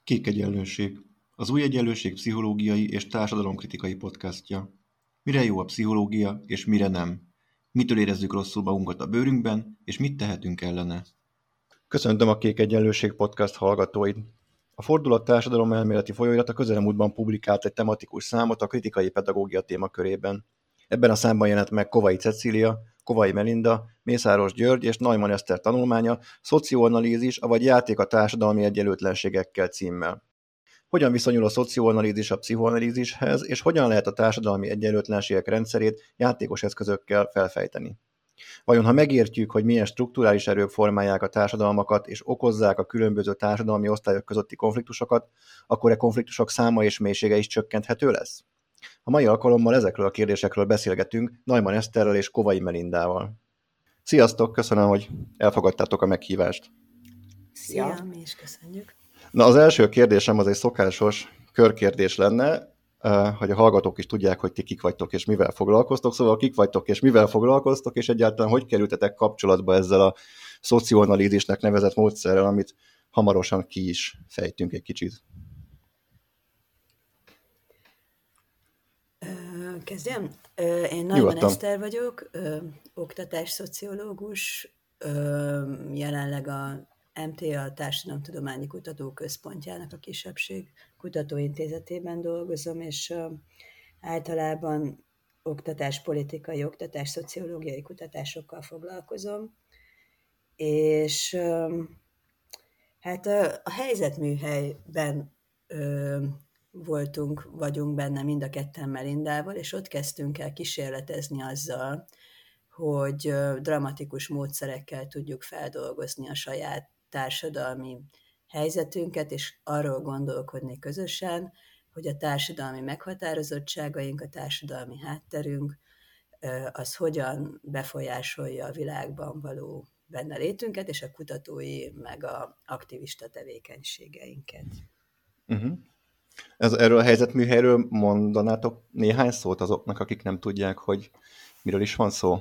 Kék egyenlőség. Az új egyenlőség pszichológiai és társadalomkritikai podcastja. Mire jó a pszichológia, és mire nem? Mitől érezzük rosszul magunkat a bőrünkben, és mit tehetünk ellene? Köszöntöm a Kék Egyenlőség podcast hallgatóit! A Fordulat társadalomelméleti folyóirat a közelmúltban publikált egy tematikus számot a kritikai pedagógia témakörében. Ebben a számban jelent meg Kovai Cecília, Kovai Melinda, Mészáros György és Neumann Eszter tanulmánya Szocioanalízis, avagy játék a társadalmi egyenlőtlenségekkel címmel. Hogyan viszonyul a szocioanalízis a pszichoanalízishez, és hogyan lehet a társadalmi egyenlőtlenségek rendszerét játékos eszközökkel felfejteni? Vajon ha megértjük, hogy milyen strukturális erők formálják a társadalmakat és okozzák a különböző társadalmi osztályok közötti konfliktusokat, akkor e konfliktusok száma és mélysége is csökkenthető lesz? A mai alkalommal ezekről a kérdésekről beszélgetünk Neumann Eszterrel és Kovai Melindával. Sziasztok, köszönöm, hogy elfogadtátok a meghívást. Szia, mi is köszönjük. Na, az első kérdésem az egy szokásos körkérdés lenne, hogy a hallgatók is tudják, hogy ti kik vagytok és mivel foglalkoztok. Szóval kik vagytok és mivel foglalkoztok, és egyáltalán hogy kerültetek kapcsolatba ezzel a szocioanalízisnek nevezett módszerrel, amit hamarosan ki is fejtünk egy kicsit. Kezdjem? Én Neumann Eszter vagyok, oktatásszociológus, jelenleg a MTA Társadalomtudományi Kutatóközpontjának a Kisebbség Kutatóintézetében dolgozom, és általában oktatáspolitikai, oktatásszociológiai kutatásokkal foglalkozom, és hát a helyzetműhelyben vagyunk benne mind a ketten Melindával, és ott kezdtünk el kísérletezni azzal, hogy dramatikus módszerekkel tudjuk feldolgozni a saját társadalmi helyzetünket, és arról gondolkodni közösen, hogy a társadalmi meghatározottságaink, a társadalmi hátterünk, az hogyan befolyásolja a világban való benne létünket, és a kutatói, meg a aktivista tevékenységeinket. Erről a helyzetműhelyről mondanátok néhány szót azoknak, akik nem tudják, hogy miről is van szó?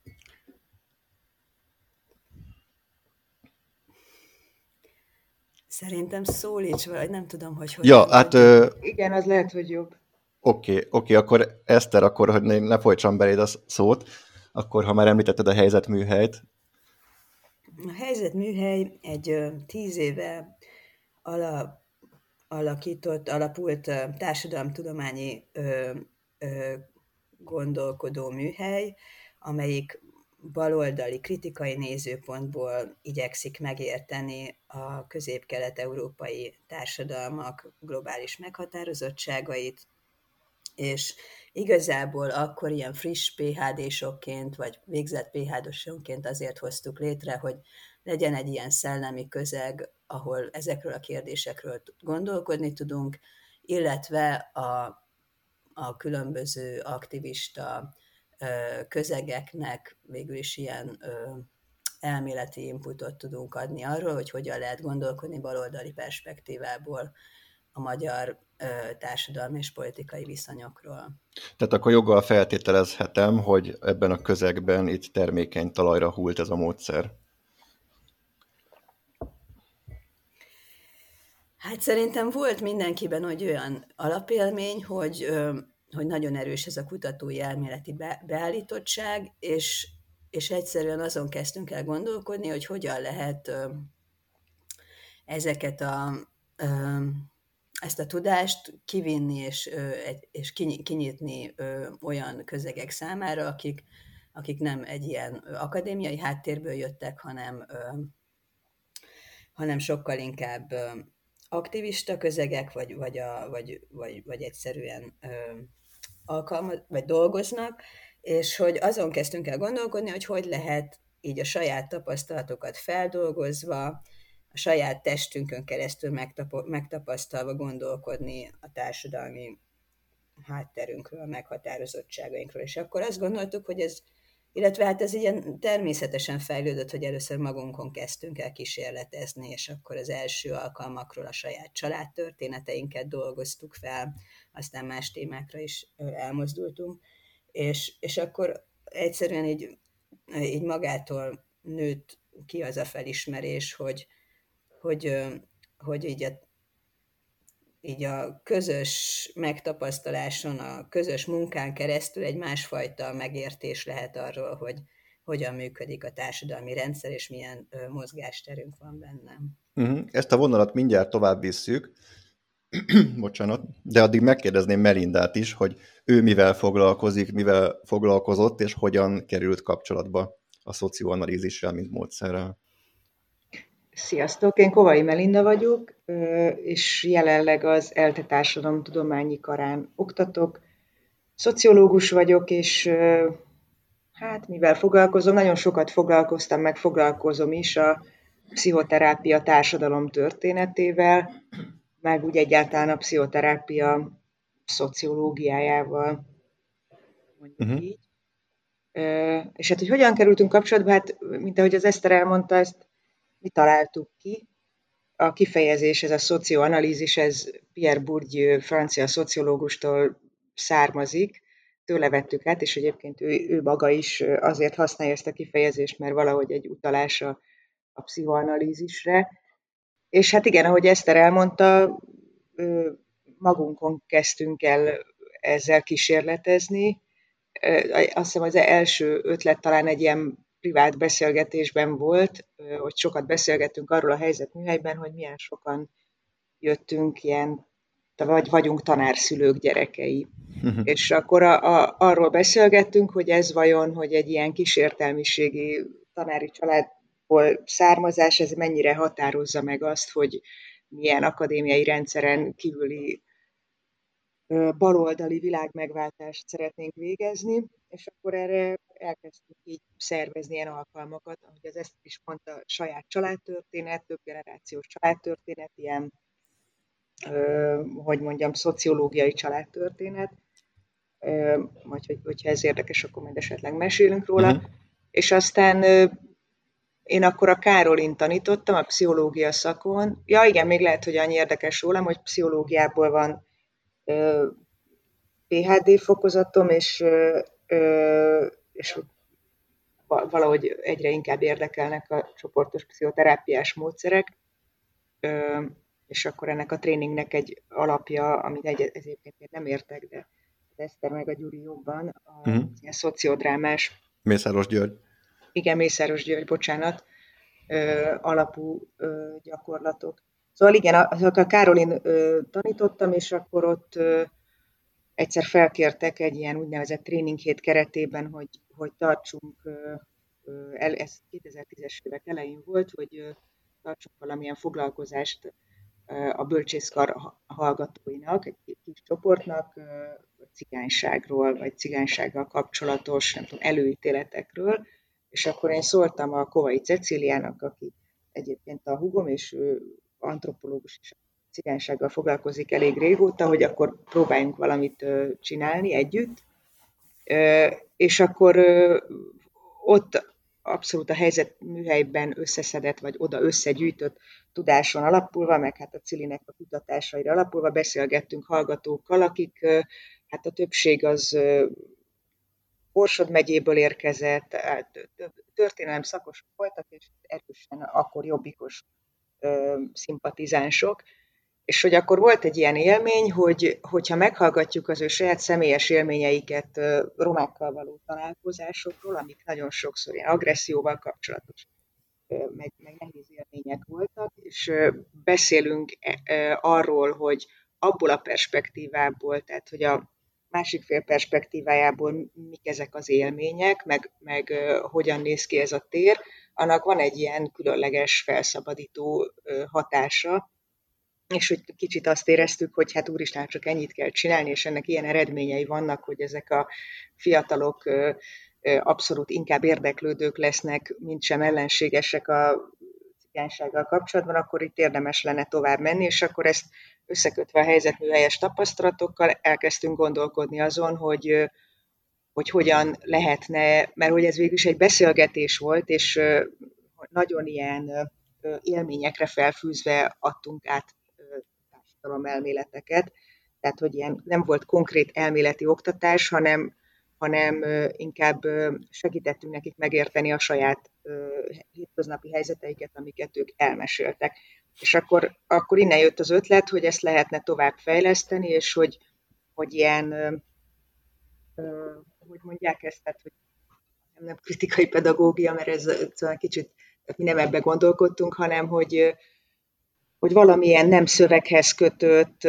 Szerintem szólíts, vagy nem tudom, hogy... Ja, hát... Igen, az lehet, hogy jobb. Oké, akkor Eszter, akkor, hogy ne folytsam beléd a szót, akkor, ha már említetted a helyzetműhelyt. A helyzetműhely egy 10 éve alapult társadalomtudományi gondolkodó műhely, amelyik baloldali kritikai nézőpontból igyekszik megérteni a közép-kelet-európai társadalmak globális meghatározottságait, és igazából akkor ilyen friss PhD-sokként, vagy végzett PhD-sokként azért hoztuk létre, hogy legyen egy ilyen szellemi közeg, ahol ezekről a kérdésekről gondolkodni tudunk, illetve a különböző aktivista közegeknek végül is ilyen elméleti inputot tudunk adni arról, hogy hogyan lehet gondolkodni baloldali perspektívából a magyar társadalmi és politikai viszonyokról. Tehát akkor joggal feltételezhetem, hogy ebben a közegben itt termékeny talajra hult ez a módszer. Hát szerintem volt mindenkiben olyan alapélmény, hogy nagyon erős ez a kutatói elméleti beállítottság, és egyszerűen azon kezdtünk el gondolkodni, hogy hogyan lehet ezt a tudást kivinni és kinyitni olyan közegek számára, akik nem egy ilyen akadémiai háttérből jöttek, hanem sokkal inkább aktivista közegek, vagy egyszerűen vagy dolgoznak, és hogy azon kezdtünk el gondolkodni, hogy lehet így a saját tapasztalatokat feldolgozva, a saját testünkön keresztül megtapasztalva gondolkodni a társadalmi hátterünkről, a meghatározottságainkról. És akkor azt gondoltuk, hogy illetve hát ez ilyen természetesen fejlődött, hogy először magunkon kezdtünk el kísérletezni, és akkor az első alkalmakról a saját családtörténeteinket dolgoztuk fel, aztán más témákra is elmozdultunk, és akkor egyszerűen így magától nőtt ki az a felismerés, hogy így így a közös megtapasztaláson, a közös munkán keresztül egy másfajta megértés lehet arról, hogy hogyan működik a társadalmi rendszer, és milyen mozgásterünk van benne. Ezt a vonalat mindjárt tovább visszük, bocsánat, de addig megkérdezném Melindát is, hogy ő mivel foglalkozik, mivel foglalkozott, és hogyan került kapcsolatba a szocioanalízissel, mint módszerrel. Sziasztok, én Kovai Melinda vagyok, és jelenleg az ELTE Társadalomtudományi Karán oktatok. Szociológus vagyok, és hát mivel foglalkozom, nagyon sokat foglalkoztam, meg foglalkozom is a pszichoterápia társadalom történetével, meg úgy egyáltalán a pszichoterápia szociológiájával, mondjuk így. És hát, hogy hogyan kerültünk kapcsolatba, hát, mint ahogy az Eszter elmondta, ezt mi találtuk ki. A kifejezés, ez a szocioanalízis, ez Pierre Bourdieu francia szociológustól származik, tőle vettük át, és egyébként ő maga is azért használja ezt a kifejezést, mert valahogy egy utalás a pszichoanalízisre. És hát igen, ahogy Eszter elmondta, magunkon kezdtünk el ezzel kísérletezni. Azt hiszem az első ötlet talán egy ilyen privát beszélgetésben volt, hogy sokat beszélgettünk arról a helyzetműhelyben, hogy milyen sokan jöttünk ilyen, vagy vagyunk tanárszülők gyerekei. És akkor arról beszélgettünk, hogy ez vajon, hogy egy ilyen kisértelmiségi tanári családból származás, ez mennyire határozza meg azt, hogy milyen akadémiai rendszeren kívüli baloldali világmegváltást szeretnénk végezni, és akkor erre elkezdtünk így szervezni ilyen alkalmakat, ahogy az ezt is mondta, saját családtörténet, több generációs családtörténet, ilyen, hogy mondjam, szociológiai családtörténet, vagy hogyha ez érdekes, akkor majd esetleg mesélünk róla. És aztán én akkor a Károlin tanítottam a pszichológia szakon. Ja igen, még lehet, hogy annyi érdekes rólam, hogy pszichológiából van PhD fokozatom, és valahogy egyre inkább érdekelnek a csoportos pszichoterápiás módszerek, és akkor ennek a tréningnek egy alapja, amit egyébként én nem értek, de Eszter meg a Gyuri jobban, ilyen szociodrámás. Mészáros György. Igen, Mészáros György, bocsánat, alapú gyakorlatok. Szóval igen, a Károlin tanítottam, és akkor ott egyszer felkértek egy ilyen úgynevezett tréninghét keretében, hogy tartsunk, ez 2010-es évek elején volt, hogy tartsunk valamilyen foglalkozást a bölcsészkar hallgatóinak, egy kis csoportnak, cigányságról, vagy cigánysággal kapcsolatos, nem tudom, előítéletekről, és akkor én szóltam a Kovai Cecíliának, aki egyébként a húgom, és ő antropológus is cigánysággal foglalkozik elég régóta, hogy akkor próbáljunk valamit csinálni együtt, és akkor ott abszolút a helyzetműhelyben összeszedett, vagy oda összegyűjtött tudáson alapulva, meg hát a Cilinek a kutatásaira alapulva beszélgettünk hallgatókkal, akik hát a többség az Borsod megyéből érkezett, történelem szakosok voltak, és erősen akkor jobbikos szimpatizánsok, és hogy akkor volt egy ilyen élmény, hogyha meghallgatjuk az ő saját személyes élményeiket romákkal való találkozásokról, amik nagyon sokszor ilyen agresszióval kapcsolatos, meg nehéz élmények voltak, és beszélünk arról, hogy abból a perspektívából, tehát hogy a másik fél perspektívájából mik ezek az élmények, meg hogyan néz ki ez a tér, annak van egy ilyen különleges felszabadító hatása, és hogy kicsit azt éreztük, hogy hát úristen, csak ennyit kell csinálni, és ennek ilyen eredményei vannak, hogy ezek a fiatalok abszolút inkább érdeklődők lesznek, mint sem ellenségesek a cigánysággal kapcsolatban, akkor itt érdemes lenne tovább menni, és akkor ezt összekötve a helyzetműhelyes tapasztalatokkal elkezdtünk gondolkodni azon, hogy hogyan lehetne, mert hogy ez végül is egy beszélgetés volt, és nagyon ilyen élményekre felfűzve adtunk át társadalomelméleteket, tehát hogy ilyen nem volt konkrét elméleti oktatás, hanem inkább segítettünk nekik megérteni a saját hétköznapi helyzeteiket, amiket ők elmeséltek. És akkor innen jött az ötlet, hogy ezt lehetne tovább fejleszteni, és hogy ilyen, hogy mondják ezt, tehát, hogy nem kritikai pedagógia, mert ez szóval kicsit, mi nem ebbe gondolkodtunk, hanem hogy valamilyen nem szöveghez kötött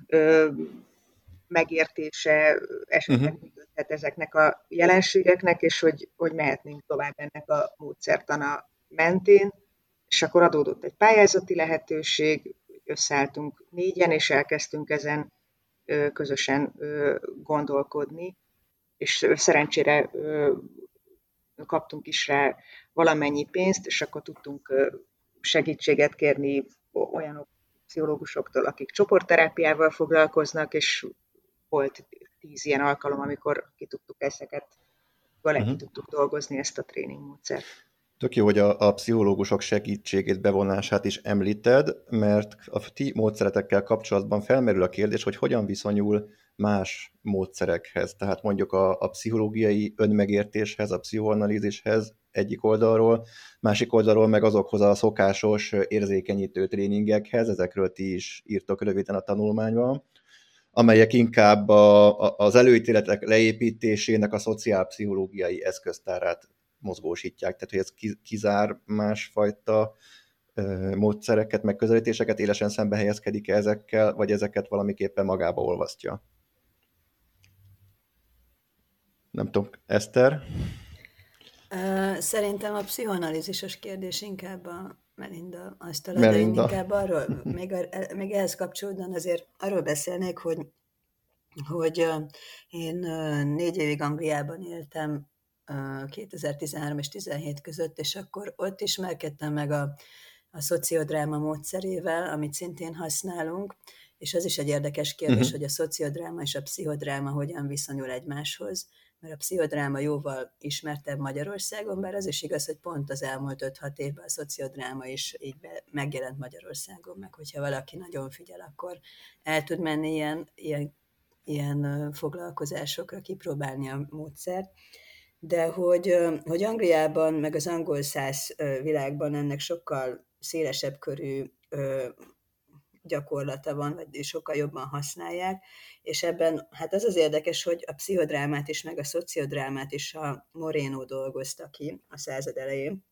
megértése esetleg működhet ezeknek a jelenségeknek, és hogy mehetnénk tovább ennek a módszertana mentén, és akkor adódott egy pályázati lehetőség, összeálltunk 4-en, és elkezdtünk ezen közösen gondolkodni, és szerencsére kaptunk is rá valamennyi pénzt, és akkor tudtunk segítséget kérni olyan pszichológusoktól, akik csoportterápiával foglalkoznak, és volt 10 ilyen alkalom, amikor ki tudtuk tudtuk dolgozni ezt a tréningmódszert. Tök jó, hogy a pszichológusok segítségét, bevonását is említed, mert a ti módszeretekkel kapcsolatban felmerül a kérdés, hogy hogyan viszonyul más módszerekhez. Tehát mondjuk a pszichológiai önmegértéshez, a pszichoanalízishez egyik oldalról, másik oldalról meg azokhoz a szokásos érzékenyítő tréningekhez, ezekről ti is írtok röviden a tanulmányban, amelyek inkább az előítéletek leépítésének a szociálpszichológiai eszköztárát mozgósítják, tehát hogy ez kizár másfajta módszereket, megközelítéseket, élesen szembe helyezkedik ezekkel, vagy ezeket valamiképpen magába olvasztja. Nem tudom, Eszter? Szerintem a pszichoanalízisos kérdés inkább a Melinda asztalra, de én inkább arról, még ehhez kapcsolódóan azért arról beszélnék, hogy én 4 évig Angliában éltem 2013 és 2017 között, és akkor ott ismerkedtem meg a szociodráma módszerével, amit szintén használunk, és az is egy érdekes kérdés, hogy a szociodráma és a pszichodráma hogyan viszonyul egymáshoz, mert a pszichodráma jóval ismertebb Magyarországon, bár az is igaz, hogy pont az elmúlt 5-6 évben a szociodráma is így megjelent Magyarországon, meg hogyha valaki nagyon figyel, akkor el tud menni ilyen foglalkozásokra, kipróbálni a módszert. De hogy Angliában, meg az angol száz világban ennek sokkal szélesebb körű gyakorlata van, vagy sokkal jobban használják, és ebben hát az érdekes, hogy a pszichodrámát is, meg a szociodrámát is a Moreno dolgozta ki a század elején,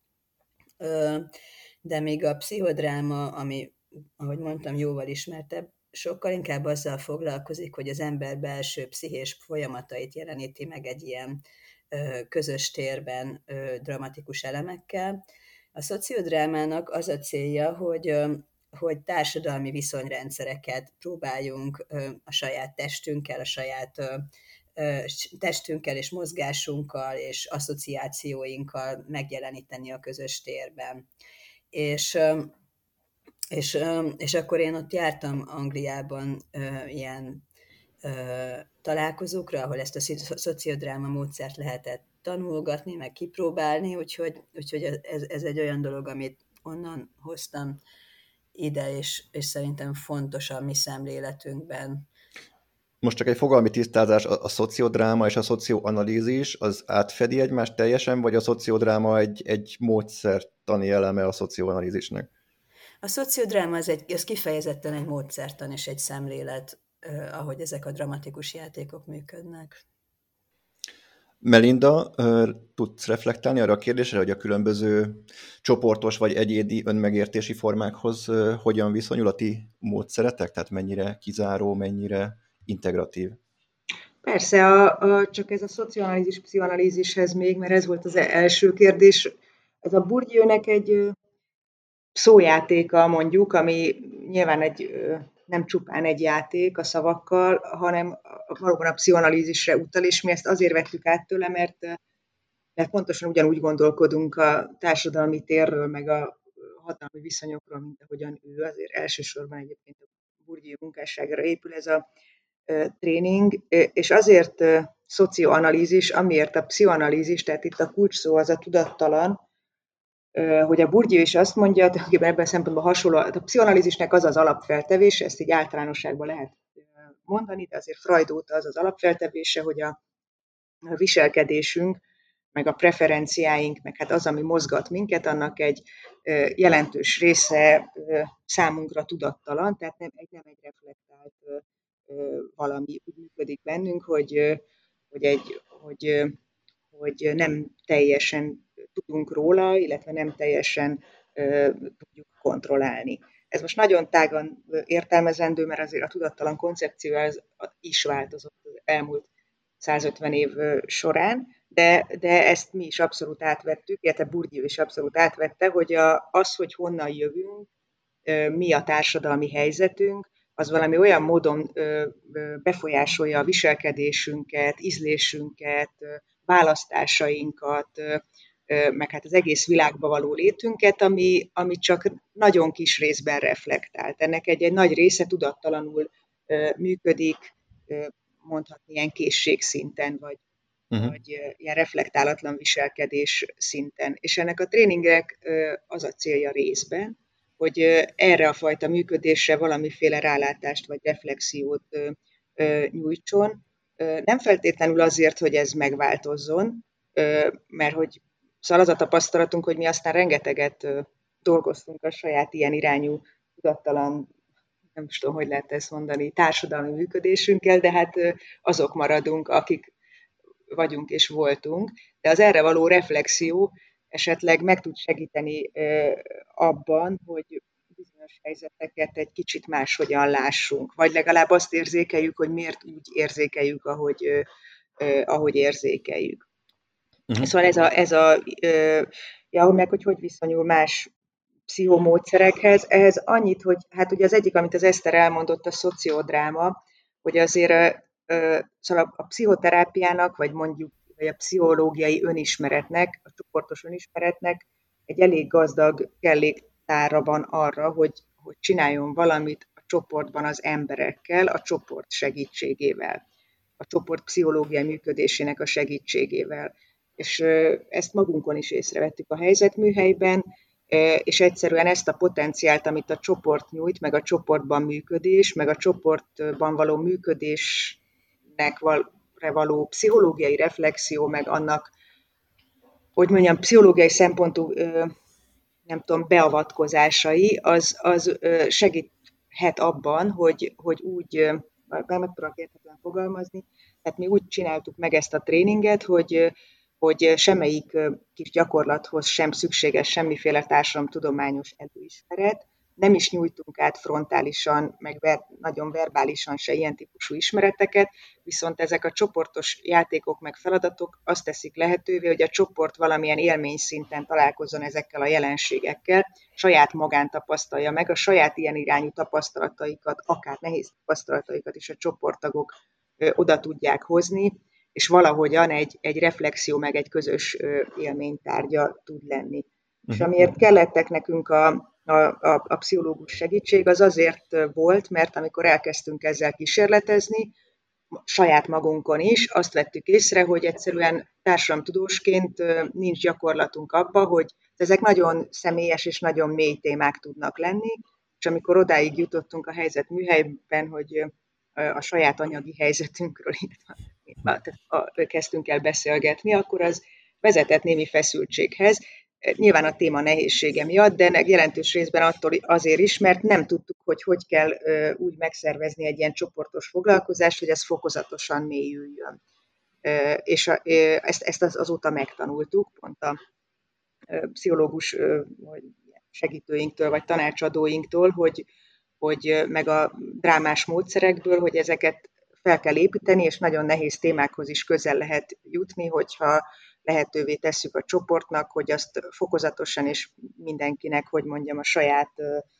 de még a pszichodráma, ami, ahogy mondtam, jóval ismertebb, sokkal inkább azzal foglalkozik, hogy az ember belső pszichés folyamatait jeleníti meg egy ilyen közös térben dramatikus elemekkel. A szociodrámának az a célja, hogy társadalmi viszonyrendszereket próbáljunk a saját testünkkel, a saját testünkkel és mozgásunkkal és asszociációinkkal megjeleníteni a közös térben. És akkor én ott jártam Angliában ilyen találkozókra, ahol ezt a szociodráma módszert lehetett tanulgatni, meg kipróbálni, úgyhogy ez egy olyan dolog, amit onnan hoztam ide, és szerintem fontos a mi szemléletünkben. Most csak egy fogalmi tisztázás, a szociodráma és a szocioanalízis az átfedi egymást teljesen, vagy a szociodráma egy módszertani eleme a szocioanalízisnek? A szociodráma az kifejezetten egy módszertan és egy szemlélet, ahogy ezek a dramatikus játékok működnek. Melinda, tudsz reflektálni arra a kérdésre, hogy a különböző csoportos vagy egyéni önmegértési formákhoz hogyan viszonyul a ti módszeretek? Tehát mennyire kizáró, mennyire integratív? Persze, csak ez a szocioanalízis, pszichoanalízishez még, mert ez volt az első kérdés. Ez a Bourdieunek egy szójátéka mondjuk, ami nyilván nem csupán egy játék a szavakkal, hanem valóban a pszichoanalízisre utal, és mi ezt azért vettük át tőle, mert pontosan ugyanúgy gondolkodunk a társadalmi térről, meg a hatalmi viszonyokról, mint ahogyan ő, azért elsősorban egyébként a Bourdieu munkásságára épül ez a tréning, és azért szocioanalízis, amiért a pszichoanalízis, tehát itt a kulcsszó az a tudattalan, hogy a Bourdieu is azt mondja, hogy ebben a szempontból hasonló, a pszichoanalízisnek az az alapfeltevése, ezt így általánosságban lehet mondani, de azért Freud óta az az alapfeltevése, hogy a viselkedésünk meg a preferenciáink, meg hát az, ami mozgat minket, annak egy jelentős része számunkra tudattalan, tehát nem egy reflektált valami úgy működik bennünk, hogy nem teljesen tudunk róla, illetve nem teljesen tudjuk kontrollálni. Ez most nagyon tágan értelmezendő, mert azért a tudattalan koncepció is változott az elmúlt 150 év során, de ezt mi is abszolút átvettük, illetve Bourdieu is abszolút átvette, hogy az, hogy honnan jövünk, mi a társadalmi helyzetünk, az valami olyan módon befolyásolja a viselkedésünket, ízlésünket, választásainkat, meg hát az egész világba való létünket, ami csak nagyon kis részben reflektált. Ennek egy nagy része tudattalanul működik, mondhatni ilyen készségszinten, vagy ilyen reflektálatlan viselkedés szinten. És ennek a tréningnek az a célja részben, hogy erre a fajta működésre valamiféle rálátást vagy reflexiót nyújtson. Nem feltétlenül azért, hogy ez megváltozzon, mert hogy szóval az a tapasztalatunk, hogy mi aztán rengeteget dolgoztunk a saját ilyen irányú tudattalan, nem tudom, hogy lehet ezt mondani, társadalmi működésünkkel, de hát azok maradunk, akik vagyunk és voltunk, de az erre való reflexió esetleg meg tud segíteni abban, hogy bizonyos helyzeteket egy kicsit máshogyan lássunk, vagy legalább azt érzékeljük, hogy miért úgy érzékeljük, ahogy érzékeljük. Szóval meg hogy viszonyul más pszichomódszerekhez, ehhez annyit, hogy hát ugye az egyik, amit az Eszter elmondott, a szociodráma, hogy azért szóval a pszichoterápiának, vagy mondjuk vagy a pszichológiai önismeretnek, a csoportos önismeretnek egy elég gazdag kelléktára van arra, hogy csináljon valamit a csoportban az emberekkel, a csoport segítségével, a csoport pszichológiai működésének a segítségével. És ezt magunkon is észrevettük a helyzetműhelyben, és egyszerűen ezt a potenciált, amit a csoport nyújt, meg a csoportban működés, meg a csoportban való működésnek való pszichológiai reflexió, meg annak, hogy mondjam, pszichológiai szempontú, nem tudom, beavatkozásai, az segíthet abban, hogy úgy, megpróbálok érthetően fogalmazni, tehát mi úgy csináltuk meg ezt a tréninget, hogy semmelyik kis gyakorlathoz sem szükséges semmiféle társadalomtudományos előismeret, nem is nyújtunk át frontálisan, meg nagyon verbálisan se ilyen típusú ismereteket, viszont ezek a csoportos játékok meg feladatok azt teszik lehetővé, hogy a csoport valamilyen élményszinten találkozzon ezekkel a jelenségekkel, saját magán tapasztalja meg, a saját ilyen irányú tapasztalataikat, akár nehéz tapasztalataikat is a csoporttagok oda tudják hozni, és valahogyan egy reflexió meg egy közös élménytárgya tud lenni. És amiért kellettek nekünk a pszichológus segítség, az azért volt, mert amikor elkezdtünk ezzel kísérletezni, saját magunkon is, azt vettük észre, hogy egyszerűen társadalomtudósként nincs gyakorlatunk abba, hogy ezek nagyon személyes és nagyon mély témák tudnak lenni, és amikor odáig jutottunk a helyzetműhelyben, hogy a saját anyagi helyzetünkről kezdtünk el beszélgetni, akkor az vezetett némi feszültséghez. Nyilván a téma nehézsége miatt, de jelentős részben attól azért is, mert nem tudtuk, hogy kell úgy megszervezni egy ilyen csoportos foglalkozást, hogy ez fokozatosan mélyüljön. És ezt azóta megtanultuk, pont a pszichológus segítőinktől, vagy tanácsadóinktól, hogy meg a drámás módszerekből, hogy ezeket fel kell építeni, és nagyon nehéz témákhoz is közel lehet jutni, hogyha lehetővé tesszük a csoportnak, hogy azt fokozatosan és mindenkinek, hogy mondjam, a saját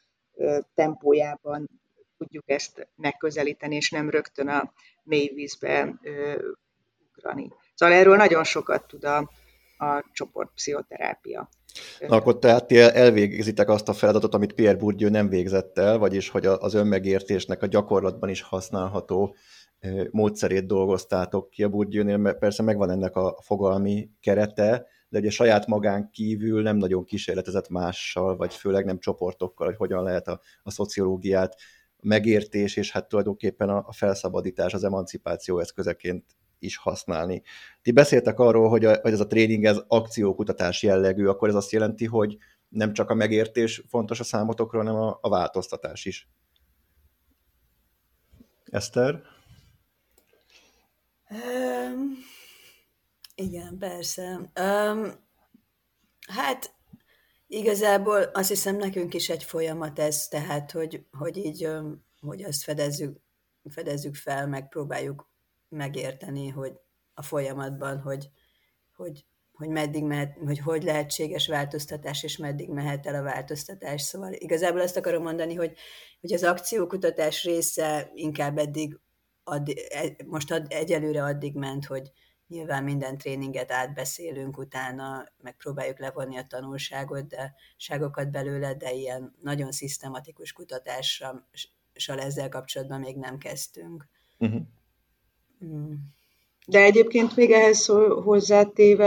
tempójában tudjuk ezt megközelíteni, és nem rögtön a mély vízbe ugrani. Szóval erről nagyon sokat tud a csoportpszichoterápia. Na, akkor tehát elvégzitek azt a feladatot, amit Pierre Bourdieu nem végzett el, vagyis hogy az önmegértésnek a gyakorlatban is használható módszerét dolgoztátok ki a Bourdieunél, mert persze megvan ennek a fogalmi kerete, de ugye saját magán kívül nem nagyon kísérletezett mással, vagy főleg nem csoportokkal, hogy hogyan lehet a szociológiát, a megértés és hát tulajdonképpen a felszabadítás, az emancipáció eszközeként is használni. Ti beszéltek arról, hogy ez a tréning ez akciókutatás jellegű, akkor ez azt jelenti, hogy nem csak a megértés fontos a számotokra, hanem a változtatás is. Eszter? Igen, persze. Hát igazából azt hiszem nekünk is egy folyamat ez, tehát hogy így, hogy azt fedezzük fel, megpróbáljuk megérteni, hogy a folyamatban, hogy meddig mehet, hogy lehetséges változtatás, és meddig mehet el a változtatás. Szóval igazából azt akarom mondani, hogy az akciókutatás része inkább most egyelőre addig ment, hogy nyilván minden tréninget átbeszélünk utána, megpróbáljuk levonni a tanulságokat belőle, de ilyen nagyon szisztematikus kutatással ezzel kapcsolatban még nem kezdtünk. Uh-huh. De egyébként még ehhez hozzátéve,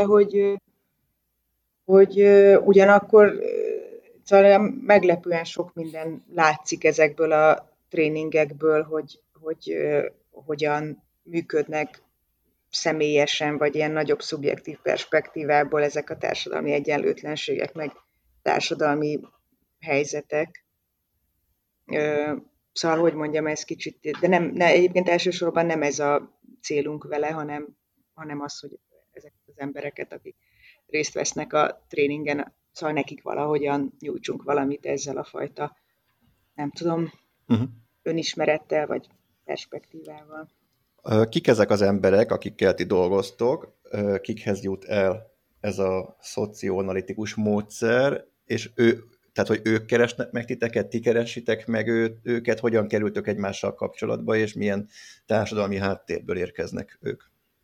hogy ugyanakkor talán meglepően sok minden látszik ezekből a tréningekből, hogy hogyan működnek személyesen, vagy ilyen nagyobb szubjektív perspektívából ezek a társadalmi egyenlőtlenségek, meg társadalmi helyzetek. Szóval, hogy mondjam, ez kicsit, de egyébként elsősorban nem ez a célunk vele, hanem az, hogy ezek az embereket, akik részt vesznek a tréningen, szóval nekik valahogyan nyújtsunk valamit ezzel a fajta, nem tudom, önismerettel vagy perspektívával. Kik ezek az emberek, akikkel ti dolgoztok, kikhez jut el ez a szocioanalitikus módszer, és tehát, hogy ők keresnek meg titeket, ti keresitek meg őket, hogyan kerültök egymással kapcsolatba, és milyen társadalmi háttérből érkeznek ők?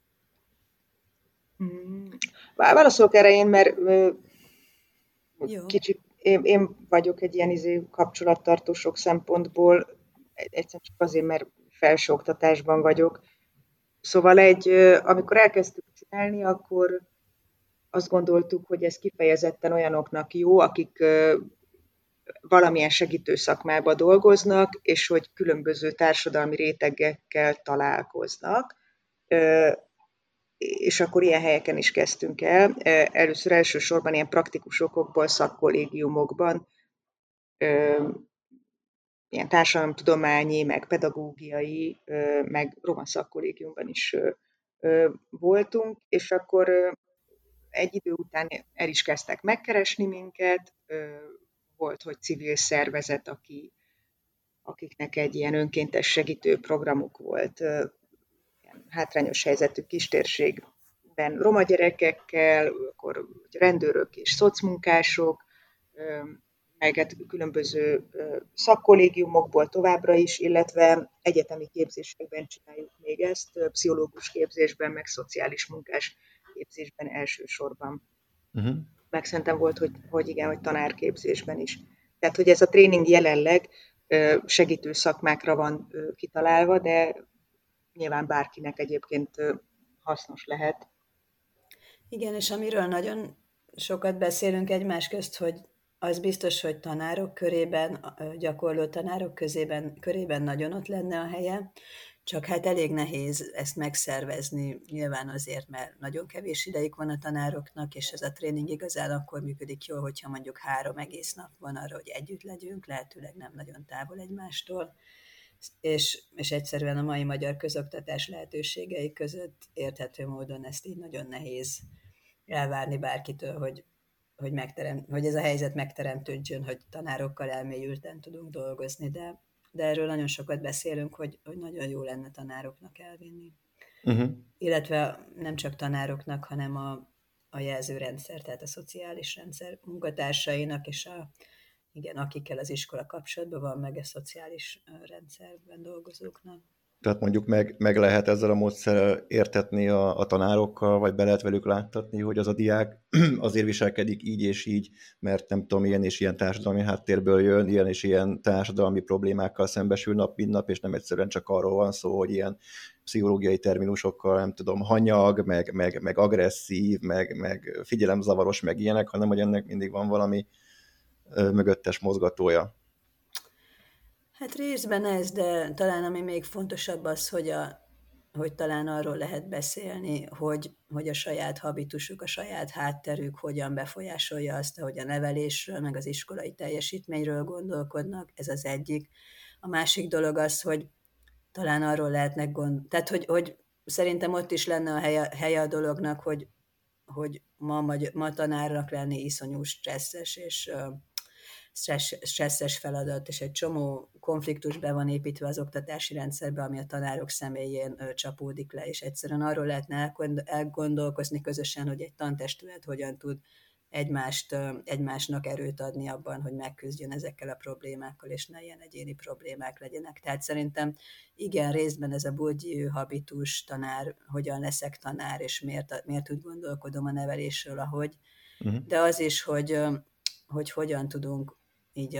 Válaszolok erre én, mert kicsit én vagyok egy ilyen kapcsolattartó sok szempontból, egyszerűen csak azért, mert felsőoktatásban vagyok. Szóval amikor elkezdtük csinálni, akkor azt gondoltuk, hogy ez kifejezetten olyanoknak jó, akik valamilyen segítő szakmában dolgoznak, és hogy különböző társadalmi rétegekkel találkoznak. És akkor ilyen helyeken is kezdtünk el. Először elsősorban ilyen praktikus okokból, szakkollégiumokban, ilyen társadalomtudományi, meg pedagógiai, meg roma szakkollégiumban is voltunk, és akkor egy idő után el is kezdtek megkeresni minket, volt, hogy civil szervezet, akiknek egy ilyen önkéntes segítő programuk volt, hátrányos helyzetű kistérségben roma gyerekekkel, akkor rendőrök és szocmunkások, meg különböző szakkollégiumokból továbbra is, illetve egyetemi képzésekben csináljuk még ezt, pszichológus képzésben, meg szociális munkás képzésben elsősorban. Meg szerintem volt, hogy tanárképzésben is. Tehát, hogy ez a tréning jelenleg segítő szakmákra van kitalálva, de nyilván bárkinek egyébként hasznos lehet. Igen, és amiről nagyon sokat beszélünk egymás közt, hogy az biztos, hogy tanárok körében, gyakorló tanárok körében nagyon ott lenne a helye, csak hát elég nehéz ezt megszervezni, nyilván azért, mert nagyon kevés ideig van a tanároknak, és ez a tréning igazán akkor működik jól, hogyha mondjuk 3 egész nap van arra, hogy együtt legyünk, lehetőleg nem nagyon távol egymástól, és egyszerűen a mai magyar közoktatás lehetőségei között érthető módon ezt így nagyon nehéz elvárni bárkitől, hogy ez a helyzet megteremtődjön, hogy tanárokkal elmélyülten tudunk dolgozni, de erről nagyon sokat beszélünk, hogy nagyon jó lenne tanároknak elvinni. Illetve nem csak tanároknak, hanem a jelzőrendszer, tehát a szociális rendszer munkatársainak, és akikkel az iskola kapcsolatban van, meg a szociális rendszerben dolgozóknak. Tehát mondjuk meg lehet ezzel a módszerrel értetni a tanárokkal, vagy be lehet velük láttatni, hogy az a diák azért viselkedik így és így, mert nem tudom, ilyen és ilyen társadalmi háttérből jön, ilyen és ilyen társadalmi problémákkal szembesül nap, mint nap, és nem egyszerűen csak arról van szó, hogy ilyen pszichológiai terminusokkal, nem tudom, hanyag, meg agresszív, meg figyelemzavaros, meg ilyenek, hanem hogy ennek mindig van valami mögöttes mozgatója. Hát részben ez, de talán ami még fontosabb az, hogy hogy talán arról lehet beszélni, hogy a saját habitusuk, a saját hátterük hogyan befolyásolja azt, ahogy a nevelésről, meg az iskolai teljesítményről gondolkodnak, ez az egyik. A másik dolog az, hogy talán arról lehetnek tehát hogy szerintem ott is lenne a helye a dolognak, hogy ma tanárnak lenni iszonyú stresszes és stresszes feladat, és egy csomó konfliktus be van építve az oktatási rendszerbe, ami a tanárok személyén csapódik le, és egyszerűen arról lehetne elgondolkozni közösen, hogy egy tantestület hogyan tud egymásnak erőt adni abban, hogy megküzdjön ezekkel a problémákkal, és ne ilyen egyéni problémák legyenek. Tehát szerintem igen, részben ez a Bourdieu habitus tanár, hogyan leszek tanár, és miért úgy gondolkodom a nevelésről, ahogy, de az is, hogy hogyan tudunk így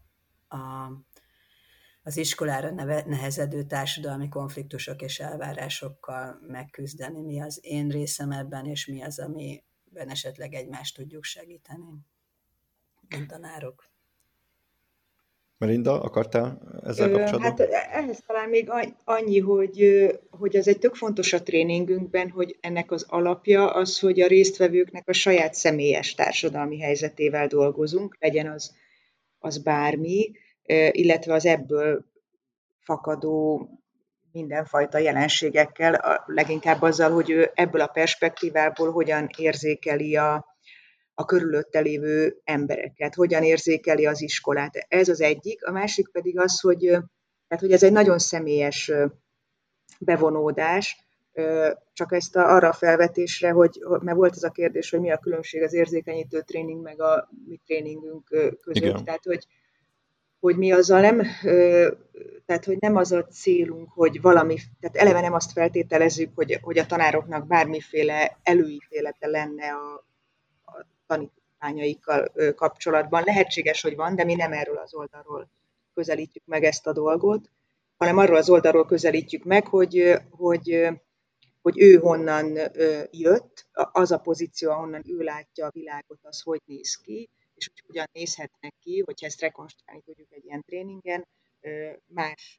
az iskolára nehezedő társadalmi konfliktusok és elvárásokkal megküzdeni, mi az én részem ebben, és mi az, amiben esetleg egymást tudjuk segíteni, mint tanárok. Melinda, akartál ezzel kapcsolatban? Hát ehhez talán még annyi, hogy az egy tök fontos a tréningünkben, hogy ennek az alapja az, hogy a résztvevőknek a saját személyes társadalmi helyzetével dolgozunk, legyen az bármi, illetve az ebből fakadó mindenfajta jelenségekkel, leginkább azzal, hogy ő ebből a perspektívából hogyan érzékeli a körülötte lévő embereket, hogyan érzékeli az iskolát. Ez az egyik. A másik pedig az, hogy ez egy nagyon személyes bevonódás, csak ezt arra a felvetésre, mert volt ez a kérdés, hogy mi a különbség az érzékenyítő tréning meg a mi tréningünk között. Igen. Tehát, hogy mi azzal nem, tehát hogy nem az a célunk, hogy tehát eleve nem azt feltételezzük, hogy a tanároknak bármiféle előítélete lenne a tanítványaikkal kapcsolatban. Lehetséges, hogy van, de mi nem erről az oldalról közelítjük meg ezt a dolgot, hanem arról az oldalról közelítjük meg, hogy ő honnan jött, az a pozíció, ahonnan ő látja a világot, az hogy néz ki, és hogy hogyan nézhetnek ki, hogyha ezt rekonstruálni tudjuk egy ilyen tréningen, más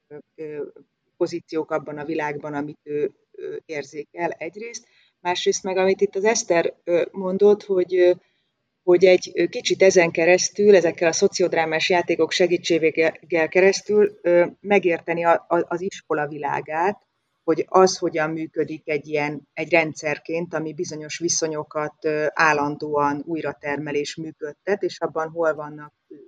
pozíciók abban a világban, amit ő érzékel egyrészt. Másrészt meg, amit itt az Eszter mondott, hogy egy kicsit ezen keresztül, ezekkel a szociodrámás játékok segítségével keresztül megérteni az iskola világát, hogy az hogyan működik egy rendszerként, ami bizonyos viszonyokat állandóan újra termel és működtet, és abban hol vannak ők.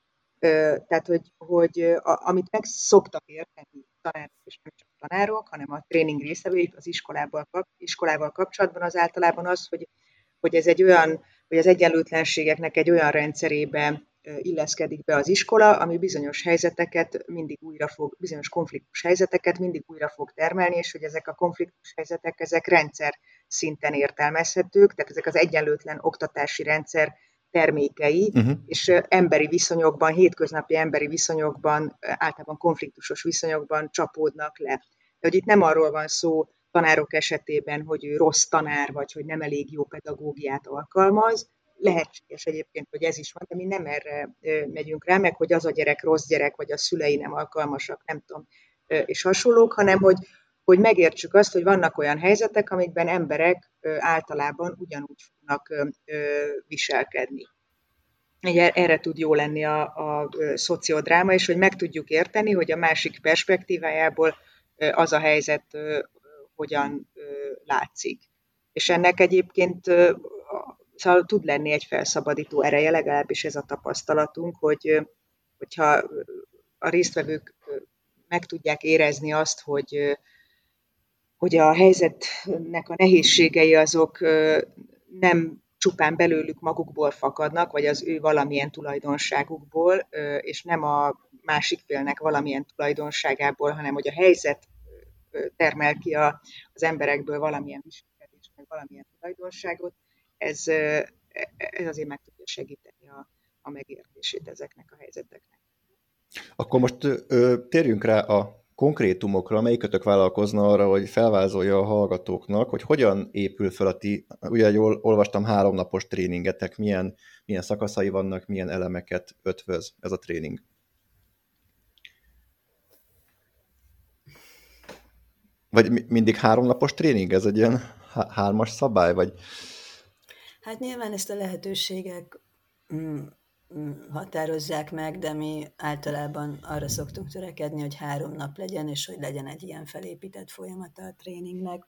Tehát, hogy amit meg szoktak érteni tanárok, és nem csak tanárok, hanem a tréning résztvevői az iskolával kapcsolatban, az általában az, hogy ez egy olyan, hogy az egyenlőtlenségeknek egy olyan rendszerébe illeszkedik be az iskola, ami bizonyos helyzeteket bizonyos konfliktus helyzeteket mindig újra fog termelni, és hogy ezek a konfliktus helyzetek, ezek rendszer szinten értelmezhetők, tehát ezek az egyenlőtlen oktatási rendszer termékei, és emberi viszonyokban, hétköznapi emberi viszonyokban, általában konfliktusos viszonyokban csapódnak le. De hogy itt nem arról van szó tanárok esetében, hogy ő rossz tanár, vagy hogy nem elég jó pedagógiát alkalmaz. Lehetséges egyébként, hogy ez is van, de mi nem erre megyünk rá, meg hogy az a gyerek rossz gyerek, vagy a szülei nem alkalmasak, nem tudom, és hasonlók, hanem hogy megértsük azt, hogy vannak olyan helyzetek, amikben emberek általában ugyanúgy fognak viselkedni. Erre tud jó lenni a szociodráma, és hogy meg tudjuk érteni, hogy a másik perspektívájából az a helyzet hogyan látszik. És ennek egyébként szóval tud lenni egy felszabadító ereje, legalábbis ez a tapasztalatunk, hogyha a résztvevők meg tudják érezni azt, hogy a helyzetnek a nehézségei azok nem csupán belőlük magukból fakadnak, vagy az ő valamilyen tulajdonságukból, és nem a másik félnek valamilyen tulajdonságából, hanem hogy a helyzet termel ki az emberekből valamilyen viselkedést, meg valamilyen tulajdonságot, ez azért meg tudja segíteni a megértését ezeknek a helyzeteknek. Akkor most térjünk rá a konkrétumokra, melyikötök vállalkozna arra, hogy felvázolja a hallgatóknak, hogy hogyan épül fel a ti, ugye jól olvastam, 3 napos tréningetek, milyen szakaszai vannak, milyen elemeket ötvöz ez a tréning. Vagy mindig 3 napos tréning? Ez egy ilyen 3-as szabály? Vagy... Hát nyilván ezt a lehetőségek határozzák meg, de mi általában arra szoktunk törekedni, hogy 3 nap legyen, és hogy legyen egy ilyen felépített folyamata a tréningnek.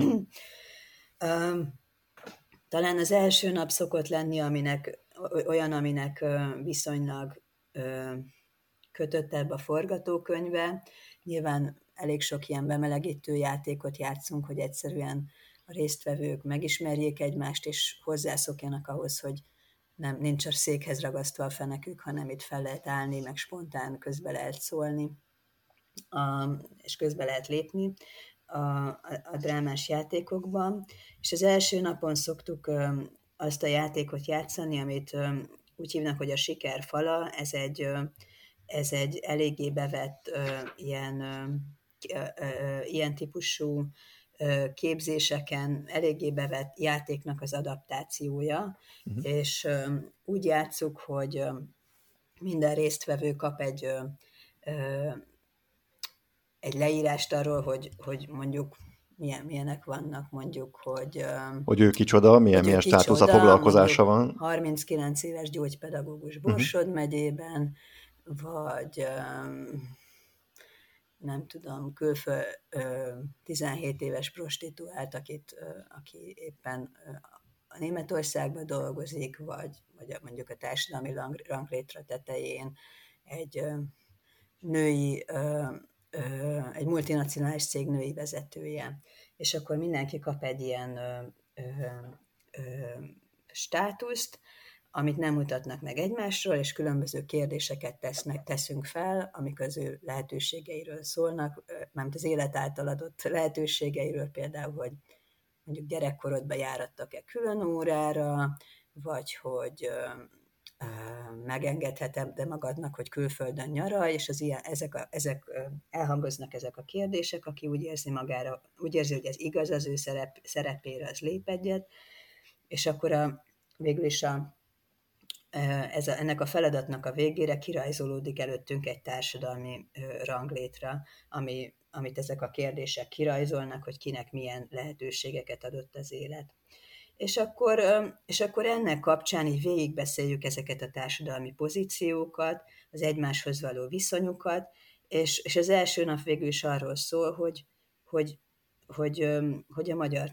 Talán az első nap szokott lenni aminek viszonylag kötöttebb a forgatókönyve. Nyilván elég sok ilyen bemelegítő játékot játszunk, hogy egyszerűen a résztvevők megismerjék egymást, és hozzászokjanak ahhoz, hogy nincs a székhez ragasztva a fenekük, hanem itt fel lehet állni, meg spontán közbe lehet szólni, és közbe lehet lépni a drámás játékokban. És az első napon szoktuk azt a játékot játszani, amit úgy hívnak, hogy a siker fala. Ez egy eléggé bevett ilyen típusú képzéseken eléggé bevett játéknak az adaptációja, és úgy játsszuk, hogy minden résztvevő kap egy leírást arról, hogy mondjuk milyenek vannak, mondjuk, hogy ő kicsoda, milyen státusza, foglalkozása van. 39 éves gyógypedagógus Borsod megyében, vagy nem tudom, 17 éves prostituált, aki éppen a Németországban dolgozik, vagy mondjuk a társadalmi ranglétre tetején egy női, egy multinacionális cég női vezetője. És akkor mindenki kap egy ilyen státuszt, amit nem mutatnak meg egymásról, és különböző kérdéseket teszünk fel, amik az ő lehetőségeiről szólnak, mármint az élet által adott lehetőségeiről, például, hogy mondjuk gyerekkorodban járattak-e külön órára, vagy hogy megengedheted de magadnak, hogy külföldön nyaralj, és elhangoznak ezek a kérdések, aki úgy érzi, hogy ez igaz az ő szerepére, az lép egyet, és akkor végül is ennek a feladatnak a végére kirajzolódik előttünk egy társadalmi ranglétra, amit ezek a kérdések kirajzolnak, hogy kinek milyen lehetőségeket adott az élet. És akkor ennek kapcsán így végigbeszéljük ezeket a társadalmi pozíciókat, az egymáshoz való viszonyukat, és az első nap végül is arról szól, hogy a magyar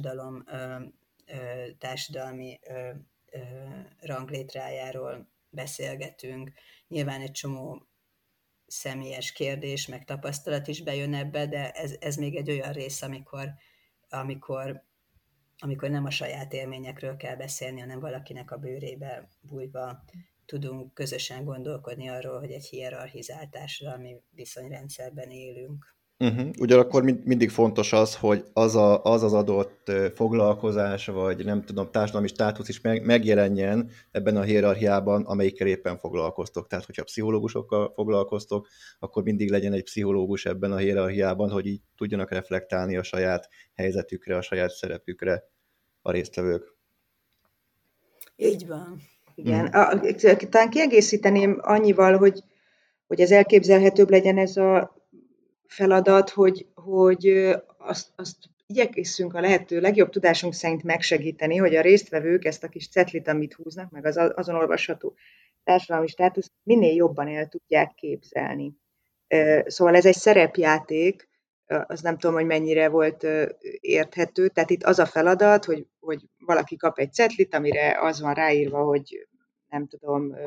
társadalmi ranglétrájáról beszélgetünk. Nyilván egy csomó személyes kérdés, meg tapasztalat is bejön ebbe, de ez még egy olyan rész, amikor nem a saját élményekről kell beszélni, hanem valakinek a bőrébe bújva tudunk közösen gondolkodni arról, hogy egy hierarchizált társadalmi viszonyrendszerben élünk. Ugyanakkor mindig fontos az, hogy az adott foglalkozás, vagy nem tudom, társadalmi státusz is megjelenjen ebben a hierarchiában, amelyikkel éppen foglalkoztok. Tehát, hogyha pszichológusokkal foglalkoztok, akkor mindig legyen egy pszichológus ebben a hierarchiában, hogy így tudjanak reflektálni a saját helyzetükre, a saját szerepükre a résztvevők. Így van. Igen. Talán kiegészíteném annyival, hogy ez elképzelhetőbb legyen ez a feladat, hogy azt igyekszünk a lehető legjobb tudásunk szerint megsegíteni, hogy a résztvevők ezt a kis cetlit, amit húznak, meg az azon olvasható társadalmi státuszt minél jobban el tudják képzelni. Szóval ez egy szerepjáték, az nem tudom, hogy mennyire volt érthető, tehát itt az a feladat, hogy valaki kap egy cetlit, amire az van ráírva, hogy nem tudom,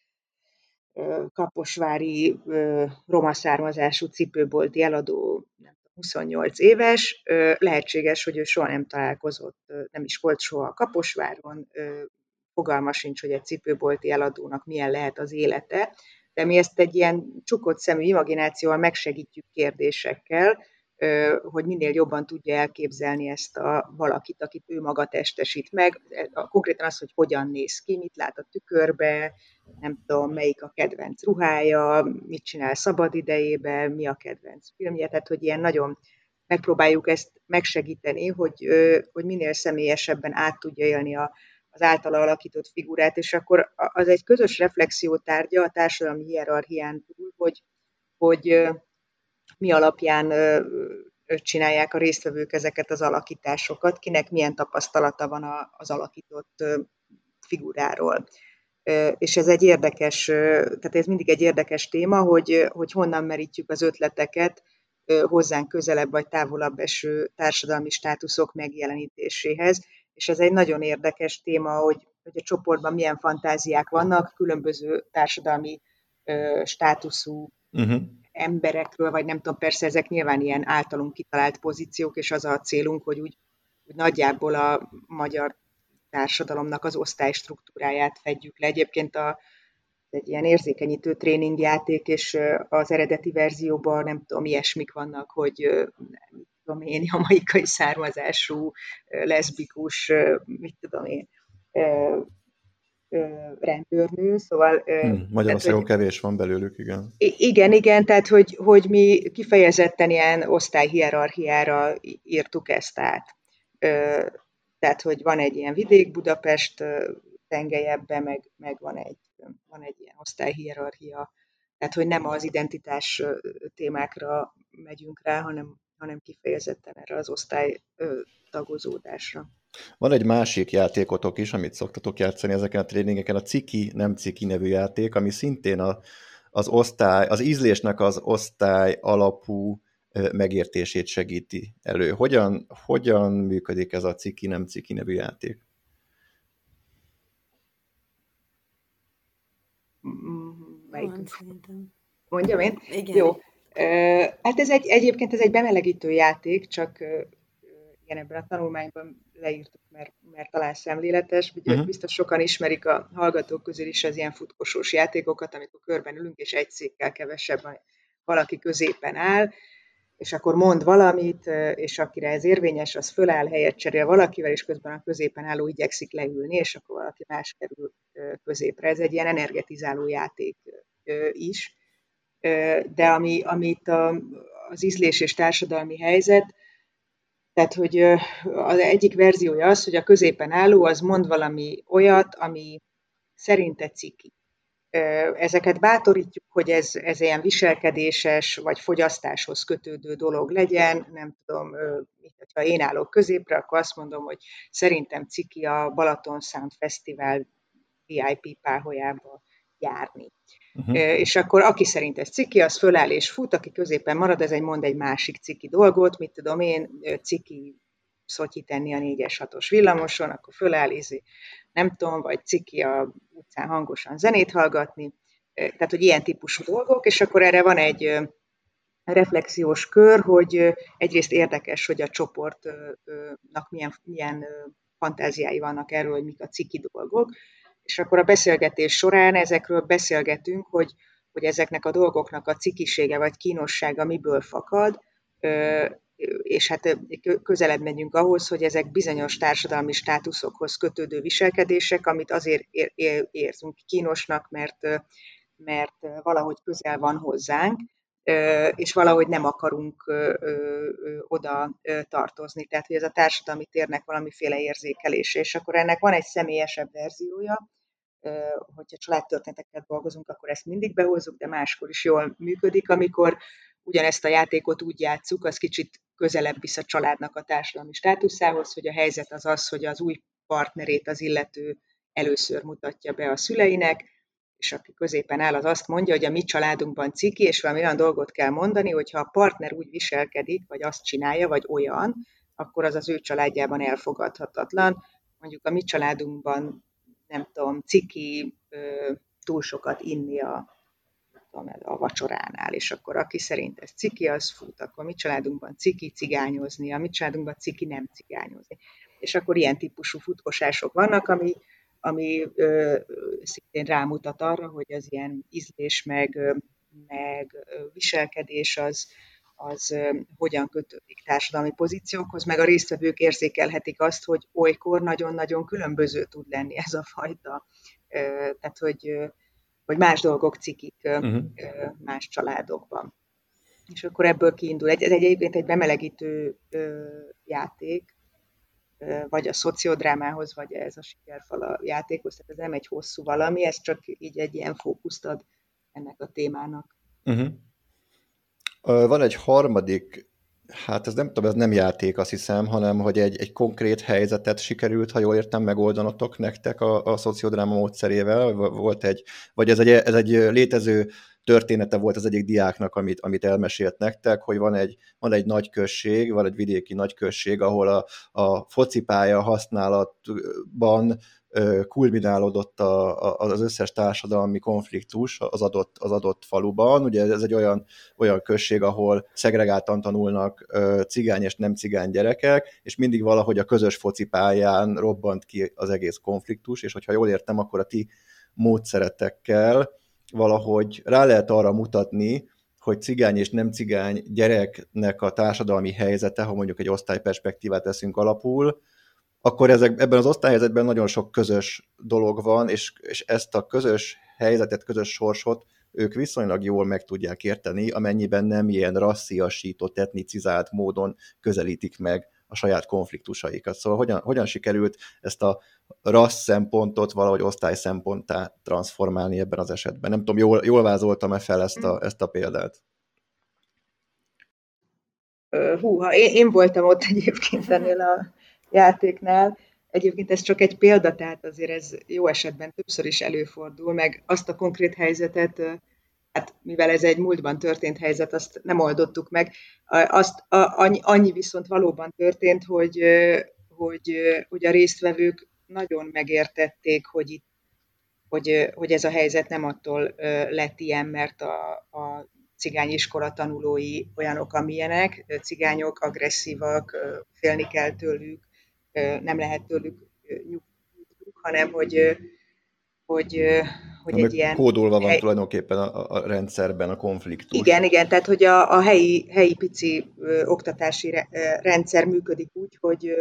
kaposvári roma származású cipőbolti eladó 28 éves, lehetséges, hogy ő soha nem találkozott, nem is volt soha a Kaposváron, fogalma sincs, hogy egy cipőbolti eladónak milyen lehet az élete, de mi ezt egy ilyen csukott szemű imaginációval megsegítjük kérdésekkel, hogy minél jobban tudja elképzelni ezt a valakit, akit ő maga testesít meg. Konkrétan az, hogy hogyan néz ki, mit lát a tükörbe, nem tudom, melyik a kedvenc ruhája, mit csinál szabad idejében, mi a kedvenc filmje, tehát hogy ilyen nagyon megpróbáljuk ezt megsegíteni, hogy minél személyesebben át tudja élni az általa alakított figurát, és akkor az egy közös reflexió tárgya a társadalmi hierarchián túl, hogy mi alapján csinálják a résztvevők ezeket az alakításokat, kinek milyen tapasztalata van az alakított figuráról. És ez egy érdekes, tehát ez mindig egy érdekes téma, hogy honnan merítjük az ötleteket hozzánk közelebb vagy távolabb eső társadalmi státuszok megjelenítéséhez. És ez egy nagyon érdekes téma, hogy a csoportban milyen fantáziák vannak, különböző társadalmi státuszú emberekről, vagy nem tudom, persze ezek nyilván ilyen általunk kitalált pozíciók, és az a célunk, hogy úgy nagyjából a magyar társadalomnak az osztálystruktúráját fedjük le. Egyébként egy ilyen érzékenyítő tréningjáték, és az eredeti verzióban nem tudom, ilyesmik vannak, hogy mit tudom én, jamaikai származású, leszbikus, mit tudom én, rendőrnő, szóval... Magyarországon kevés van belőlük, igen. Igen, tehát hogy mi kifejezetten ilyen osztályhierarchiára írtuk ezt át. Tehát, hogy van egy ilyen vidék-Budapest tengelyebben, meg van egy ilyen osztályhierarchia. Tehát, hogy nem az identitás témákra megyünk rá, hanem kifejezetten erre az osztály tagozódásra. Van egy másik játékotok is, amit szoktatok játszani ezeken a tréningeken, a Ciki, nem Ciki nevű játék, ami szintén az ízlésnek az osztály alapú megértését segíti elő. Hogyan működik ez a Ciki, nem Ciki nevű játék? Mondjam én? Igen. Jó. Hát egyébként ez egy bemelegítő játék, csak igen, ebben a tanulmányban leírtuk, mert talán szemléletes. Ugye biztos sokan ismerik a hallgatók közül is az ilyen futkosós játékokat, amikor körben ülünk, és egy székkel kevesebb valaki középen áll, és akkor mond valamit, és akire ez érvényes, az föláll, helyet cserél valakivel, és közben a középen álló igyekszik leülni, és akkor valaki más kerül középre. Ez egy ilyen energetizáló játék is. De amit az ízlés és társadalmi helyzet, tehát, hogy az egyik verziója az, hogy a középen álló az mond valami olyat, ami szerinte ciki. Ezeket bátorítjuk, hogy ez ilyen viselkedéses, vagy fogyasztáshoz kötődő dolog legyen. Nem tudom, ha én állok középre, akkor azt mondom, hogy szerintem ciki a Balaton Sound Fesztivál VIP páholyába járni. És akkor aki szerint ez ciki, az föláll és fut, aki középen marad, mond egy másik ciki dolgot, mit tudom én, ciki szotyi tenni a 4-es 6-os villamoson, akkor föláll, nem tudom, vagy ciki a utcán hangosan zenét hallgatni, tehát, hogy ilyen típusú dolgok, és akkor erre van egy reflexiós kör, hogy egyrészt érdekes, hogy a csoportnak milyen fantáziái vannak erről, hogy mik a ciki dolgok, és akkor a beszélgetés során ezekről beszélgetünk, hogy ezeknek a dolgoknak a cikisége vagy kínossága miből fakad, és hát közelebb megyünk ahhoz, hogy ezek bizonyos társadalmi státuszokhoz kötődő viselkedések, amit azért érzünk kínosnak, mert valahogy közel van hozzánk, és valahogy nem akarunk oda tartozni. Tehát, hogy ez a társadalmi térnek valamiféle érzékelése. És akkor ennek van egy személyesebb verziója, hogyha családtörténeteket dolgozunk, akkor ezt mindig behozzuk, de máskor is jól működik, amikor ugyanezt a játékot úgy játsszuk, az kicsit közelebb visz a családnak a társadalmi státuszához, hogy a helyzet az, hogy az új partnerét az illető először mutatja be a szüleinek, és aki középen áll, az azt mondja, hogy a mi családunkban ciki, és valami olyan dolgot kell mondani, hogy ha a partner úgy viselkedik, vagy azt csinálja, vagy olyan, akkor az az ő családjában elfogadhatatlan. Mondjuk a mi családunkban, nem tudom, ciki túl sokat inni a vacsoránál, és akkor aki szerint ez ciki, az fut, akkor a mi családunkban ciki cigányozni, a mi családunkban ciki nem cigányozni. És akkor ilyen típusú futkosások vannak, ami szintén rámutat arra, hogy az ilyen ízlés meg viselkedés az hogyan kötődik társadalmi pozíciókhoz, meg a résztvevők érzékelhetik azt, hogy olykor nagyon-nagyon különböző tud lenni ez a fajta, tehát hogy más dolgok cikik más családokban. És akkor ebből kiindul. Ez egyébként egy bemelegítő játék, vagy a szociodrámához, vagy ez a sikerfala játékhoz, tehát ez nem egy hosszú valami, ez csak így egy ilyen fókuszt ad ennek a témának. Van egy harmadik Hát ez nem tudom, ez nem játék, azt hiszem, hanem hogy egy konkrét helyzetet sikerült, ha jól értem, megoldanatok nektek a szociodráma módszerével. Volt vagy ez egy létező története volt az egyik diáknak, amit elmesélt nektek, hogy van egy nagy község, van egy vidéki nagy község, ahol a focipálya használatban kulminálódott az összes társadalmi konfliktus az adott faluban. Ugye ez egy olyan község, ahol szegregáltan tanulnak cigány és nem cigány gyerekek, és mindig valahogy a közös focipályán robbant ki az egész konfliktus, és hogyha jól értem, akkor a ti módszeretekkel valahogy rá lehet arra mutatni, hogy cigány és nem cigány gyereknek a társadalmi helyzete, ha mondjuk egy osztályperspektívát veszünk alapul, akkor ebben az osztályhelyzetben nagyon sok közös dolog van, és ezt a közös helyzetet, közös sorsot ők viszonylag jól meg tudják érteni, amennyiben nem ilyen rassziasított, etnicizált módon közelítik meg a saját konfliktusaikat. Szóval hogyan sikerült ezt a rassz szempontot valahogy osztály szemponttá transformálni ebben az esetben? Nem tudom, jól vázoltam-e fel ezt a példát? Húha, én voltam ott egyébként ennél a játéknál. Egyébként ez csak egy példa, tehát azért ez jó esetben többször is előfordul, meg azt a konkrét helyzetet, hát mivel ez egy múltban történt helyzet, azt nem oldottuk meg. Annyi viszont valóban történt, hogy a résztvevők nagyon megértették, hogy ez a helyzet nem attól lett ilyen, mert a cigányiskola tanulói olyanok, amilyenek, cigányok agresszívak, félni kell tőlük, nem lehet tőlük nyugtuk, hanem hogy egy ilyen... Kódolva van tulajdonképpen a rendszerben a konfliktus. Igen, tehát hogy a helyi pici oktatási rendszer működik úgy, hogy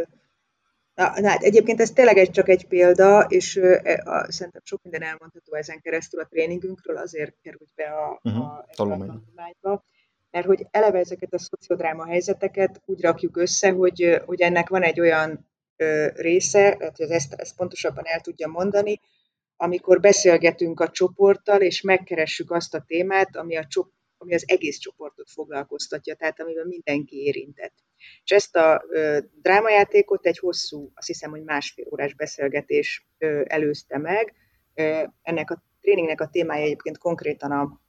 hát egyébként ez tényleg csak egy példa, és szerintem sok minden elmondható ezen keresztül a tréningünkről, azért került be a tanulmányba, mert hogy eleve ezeket a szociodráma helyzeteket úgy rakjuk össze, hogy ennek van egy olyan része, hogy ezt pontosabban el tudja mondani, amikor beszélgetünk a csoporttal, és megkeressük azt a témát, ami az egész csoportot foglalkoztatja, tehát amiben mindenki érintett. És ezt a drámajátékot egy hosszú, azt hiszem, hogy 1,5 órás beszélgetés előzte meg. Ennek a tréningnek a témája egyébként konkrétan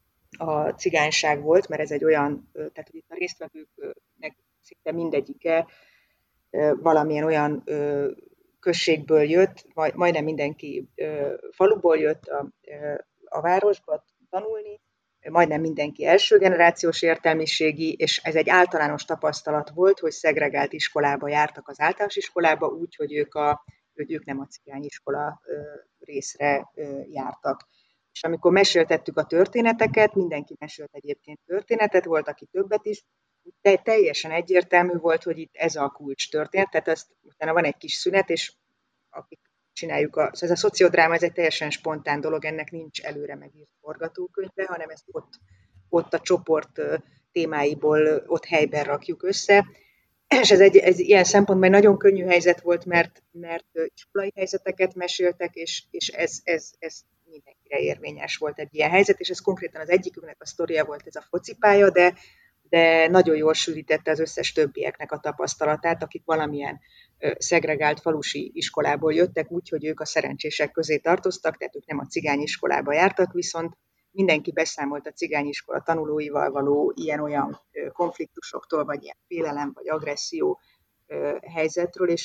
a cigányság volt, mert ez egy olyan, tehát hogy itt a résztvevőknek szinte mindegyike valamilyen olyan községből jött, majdnem mindenki faluból jött a városba tanulni, majdnem mindenki első generációs értelmiségi, és ez egy általános tapasztalat volt, hogy szegregált iskolába jártak az általános iskolába, úgy, hogy ők nem a cigányiskola részre jártak. És amikor meséltettük a történeteket, mindenki mesélt egyébként történetet, volt, aki többet is, de teljesen egyértelmű volt, hogy itt ez a kulcs történet, tehát utána van egy kis szünet, és akik csináljuk szóval ez a szociodráma, ez egy teljesen spontán dolog, ennek nincs előre megírt forgatókönyve, hanem ezt ott a csoport témáiból ott helyben rakjuk össze. És ez ilyen szempontból egy nagyon könnyű helyzet volt, mert iskolai helyzeteket meséltek, és ez mindenkire érvényes volt egy ilyen helyzet, és ez konkrétan az egyikünknek a sztoria volt, ez a focipálya, de nagyon jól sűrítette az összes többieknek a tapasztalatát, akik valamilyen szegregált falusi iskolából jöttek, úgyhogy ők a szerencsések közé tartoztak, tehát ők nem a cigányiskolába jártak, viszont mindenki beszámolt a cigányiskola tanulóival való ilyen-olyan konfliktusoktól, vagy ilyen félelem, vagy agresszió helyzetről, és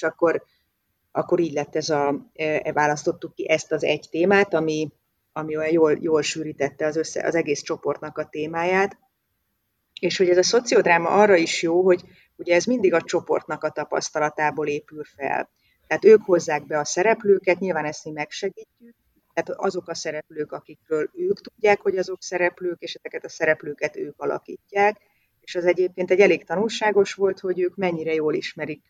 akkor így lett választottuk ki ezt az egy témát, ami olyan jól sűrítette az egész csoportnak a témáját, és hogy ez a szociodráma arra is jó, hogy ugye ez mindig a csoportnak a tapasztalatából épül fel. Tehát ők hozzák be a szereplőket, nyilván ezt mi megsegítjük, tehát azok a szereplők, akikről ők tudják, hogy azok szereplők, és ezeket a szereplőket ők alakítják, és az egyébként egy elég tanulságos volt, hogy ők mennyire jól ismerik,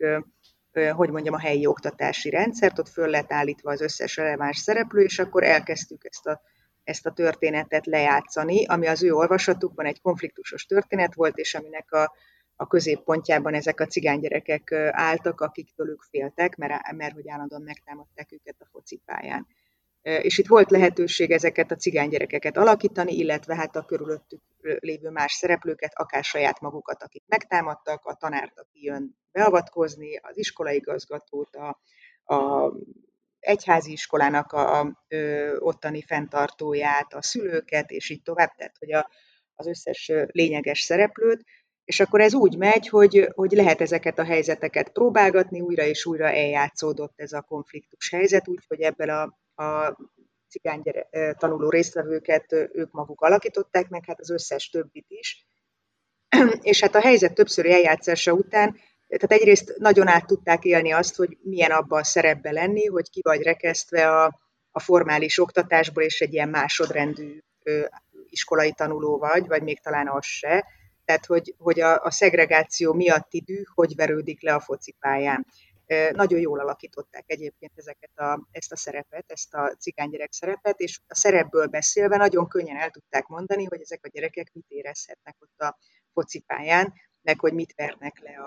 a helyi oktatási rendszert, ott föl lett állítva az összes releváns szereplő, és akkor elkezdtük ezt a történetet lejátszani, ami az ő olvasatukban egy konfliktusos történet volt, és aminek a középpontjában ezek a cigánygyerekek álltak, akiktől ők féltek, mert hogy állandóan megtámadták őket a focipályán. És itt volt lehetőség ezeket a cigánygyerekeket alakítani, illetve hát a körülöttük lévő más szereplőket, akár saját magukat, akik megtámadtak, a tanárt, aki jön beavatkozni, az iskolaigazgatót, a egyházi iskolának a ottani fenntartóját, a szülőket, és így tovább, tehát hogy az összes lényeges szereplőt, és akkor ez úgy megy, hogy lehet ezeket a helyzeteket próbálgatni, újra és újra eljátszódott ez a konfliktus helyzet, úgyhogy ebből a cigány tanuló résztvevőket ők maguk alakították meg, hát az összes többit is. És hát a helyzet többszöri eljátszása után, tehát egyrészt nagyon át tudták élni azt, hogy milyen abban a szerepben lenni, hogy ki vagy rekesztve a formális oktatásból, és egy ilyen másodrendű iskolai tanuló vagy még talán az se. Tehát, hogy a szegregáció miatti düh hogy verődik le a focipályán. Nagyon jól alakították egyébként ezt a szerepet, ezt a cigánygyerek szerepet, és a szerepből beszélve nagyon könnyen el tudták mondani, hogy ezek a gyerekek mit érezhetnek ott a focipályán, meg hogy mit vernek le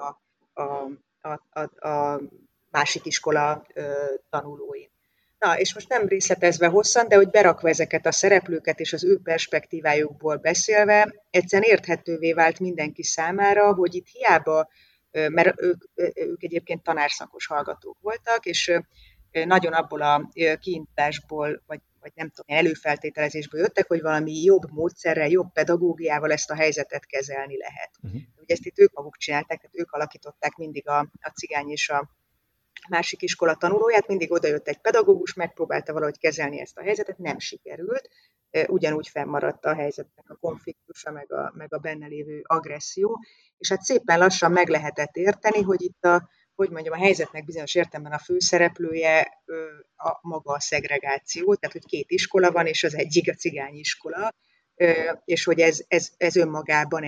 a másik iskola tanulóin. Na, és most nem részletezve hosszan, de hogy berakva ezeket a szereplőket és az ő perspektívájukból beszélve, egyszerűen érthetővé vált mindenki számára, hogy itt hiába, mert ők egyébként tanárszakos hallgatók voltak, és nagyon abból a kiindulásból, vagy nem tudom, előfeltételezésből jöttek, hogy valami jobb módszerrel, jobb pedagógiával ezt a helyzetet kezelni lehet. Ugye ezt itt ők maguk csinálták, tehát ők alakították mindig a cigány és a másik iskola tanulóját, mindig odajött egy pedagógus, megpróbálta valahogy kezelni ezt a helyzetet, nem sikerült, ugyanúgy fennmaradt a helyzetnek a konfliktusa, meg a benne lévő agresszió, és hát szépen lassan meg lehetett érteni, hogy itt a helyzetnek bizonyos értelemben a főszereplője maga a szegregáció, tehát hogy két iskola van, és az egyik a cigányiskola, és hogy ez önmagában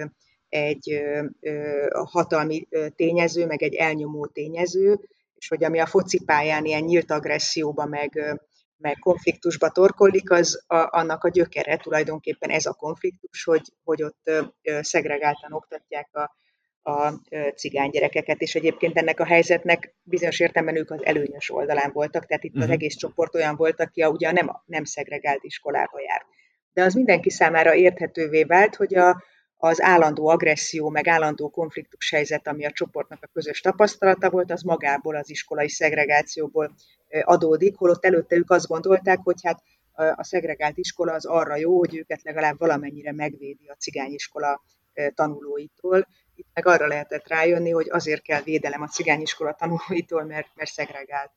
egy hatalmi tényező, meg egy elnyomó tényező, és hogy ami a focipályán ilyen nyílt agresszióba, meg konfliktusba torkollik, annak a gyökere tulajdonképpen ez a konfliktus, hogy ott szegregáltan oktatják a cigánygyerekeket, és egyébként ennek a helyzetnek bizonyos értelemben ők az előnyös oldalán voltak, tehát itt az egész csoport olyan volt, aki ugye nem szegregált iskolába járt. De az mindenki számára érthetővé vált, hogy az állandó agresszió, meg állandó konfliktus helyzet, ami a csoportnak a közös tapasztalata volt, az magából az iskolai szegregációból adódik, holott előtte ők azt gondolták, hogy hát a szegregált iskola az arra jó, hogy őket legalább valamennyire megvédi a cigányiskola tanulóitól. Itt meg arra lehetett rájönni, hogy azért kell védelem a cigányiskola tanulóitól, mert szegregált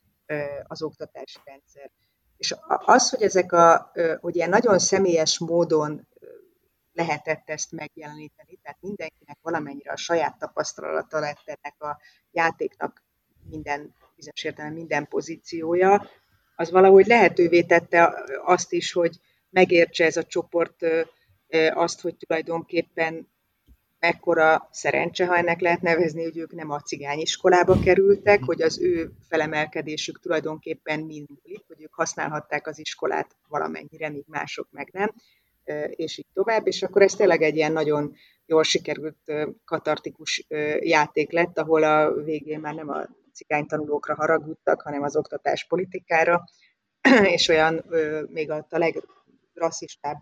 az oktatási rendszer. És az, hogy hogy ilyen nagyon személyes módon lehetett ezt megjeleníteni, tehát mindenkinek valamennyire a saját tapasztalata lett ennek a játéknak bizonyos értelemben minden pozíciója, az valahogy lehetővé tette azt is, hogy megértse ez a csoport azt, hogy tulajdonképpen mekkora szerencse, ha ennek lehet nevezni, hogy ők nem a cigányiskolába kerültek, hogy az ő felemelkedésük tulajdonképpen mind múlik, hogy ők használhatták az iskolát valamennyire, míg mások meg nem, és így tovább, és akkor ez tényleg egy ilyen nagyon jól sikerült katartikus játék lett, ahol a végén már nem a cigánytanulókra haragudtak, hanem az oktatáspolitikára, és olyan még a legrasszistább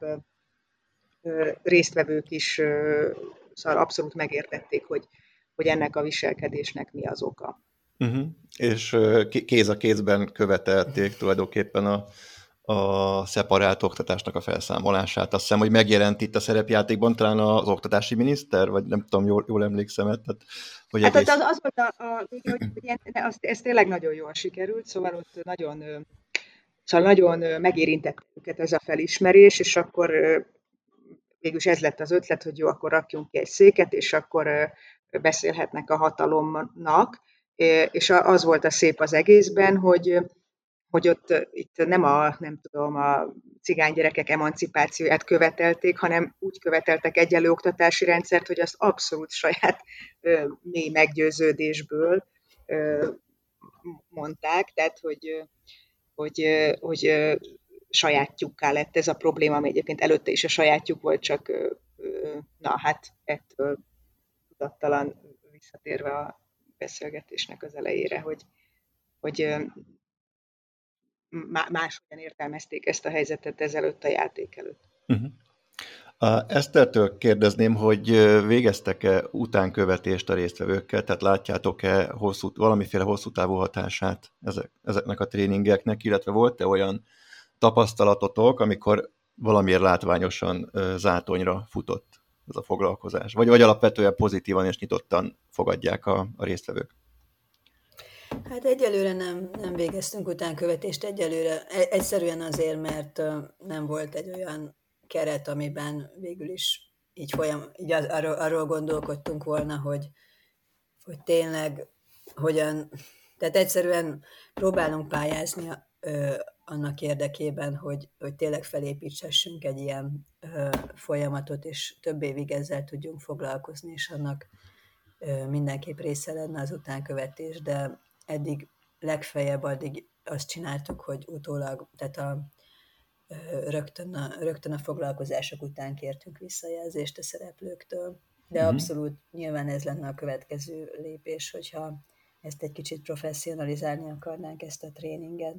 résztvevők is szóval abszolút megértették, hogy ennek a viselkedésnek mi az oka. És kéz a kézben követelték tulajdonképpen a szeparált oktatásnak a felszámolását. Azt hiszem, hogy megjelent itt a szerepjátékban talán az oktatási miniszter, vagy nem tudom, jól emlékszem. Tehát, hogy hát egész... az volt hogy ez tényleg nagyon jól sikerült, szóval ott nagyon megérintett őket ez a felismerés, és akkor végülis ez lett az ötlet, hogy jó, akkor rakjunk ki egy széket, és akkor beszélhetnek a hatalomnak, és az volt a szép az egészben, hogy itt nem a cigánygyerekek emancipációját követelték, hanem úgy követeltek egyenlő oktatási rendszert, hogy azt abszolút saját mély meggyőződésből mondták, tehát hogy sajátjukká lett ez a probléma, ami egyébként előtte is a sajátjuk volt, csak ettől tudattalan visszatérve a beszélgetésnek az elejére, hogy máshogyan értelmezték ezt a helyzetet ezelőtt a játék előtt. Esztertől kérdezném, hogy végeztek-e utánkövetést a résztvevőkkel, tehát látjátok-e valamiféle hosszú távú hatását ezeknek a tréningeknek, illetve volt-e olyan tapasztalatotok, amikor valamiért látványosan zátonyra futott ez a foglalkozás? Vagy alapvetően pozitívan és nyitottan fogadják a résztvevők? Hát egyelőre nem végeztünk utánkövetést, egyszerűen azért, mert nem volt egy olyan keret, amiben végül is így arról gondolkodtunk volna, hogy tényleg hogyan, tehát egyszerűen próbálunk pályázni annak érdekében, hogy tényleg felépítsessünk egy ilyen folyamatot, és több évig ezzel tudjunk foglalkozni, és annak mindenképp része lenne az utánkövetés, de eddig legfeljebb addig azt csináltuk, hogy utólag, tehát rögtön a foglalkozások után kértünk visszajelzést a szereplőktől. De abszolút nyilván ez lenne a következő lépés, hogyha ezt egy kicsit professzionalizálni akarnánk, ezt a tréninget.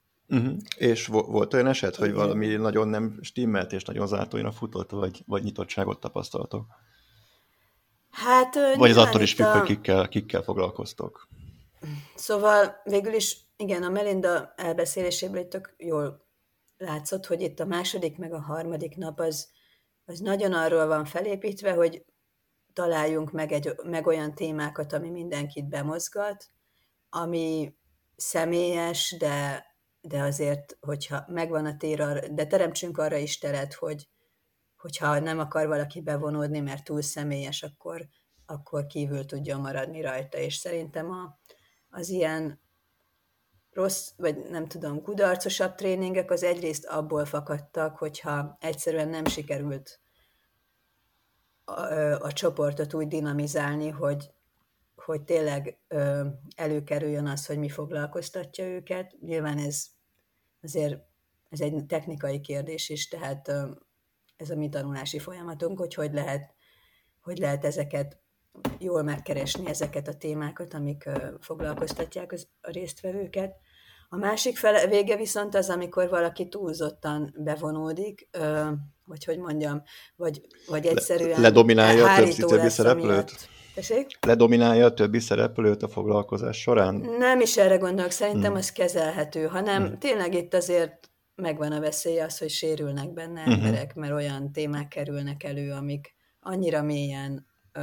És volt olyan eset, hogy valami nagyon nem stimmelt, és nagyon zátonyra futott, vagy nyitottságot tapasztalatok? Hát, vagy az attól is függ, hogy kikkel foglalkoztok? Szóval végül is, igen, a Melinda elbeszéléséből itt tök jól látszott, hogy itt a második meg a harmadik nap az nagyon arról van felépítve, hogy találjunk meg olyan témákat, ami mindenkit bemozgat, ami személyes, de azért, hogyha megvan a tér, de teremtsünk arra is teret, hogyha nem akar valaki bevonódni, mert túl személyes, akkor kívül tudjon maradni rajta. És szerintem az ilyen rossz, vagy nem tudom, kudarcosabb tréningek az egyrészt abból fakadtak, hogyha egyszerűen nem sikerült a csoportot úgy dinamizálni, hogy tényleg előkerüljön az, hogy mi foglalkoztatja őket. Nyilván ez egy technikai kérdés is, tehát ez a mi tanulási folyamatunk, hogy lehet ezeket jól megkeresni, ezeket a témákat, amik foglalkoztatják a résztvevőket. A másik vége viszont az, amikor valaki túlzottan bevonódik, vagy hogy mondjam, vagy egyszerűen ledominálja a többi szereplőt? Tessék? Ledominálja a többi szereplőt a foglalkozás során? Nem is erre gondolok, szerintem az kezelhető, hanem tényleg itt azért megvan a veszélye az, hogy sérülnek benne emberek, mert olyan témák kerülnek elő, amik annyira mélyen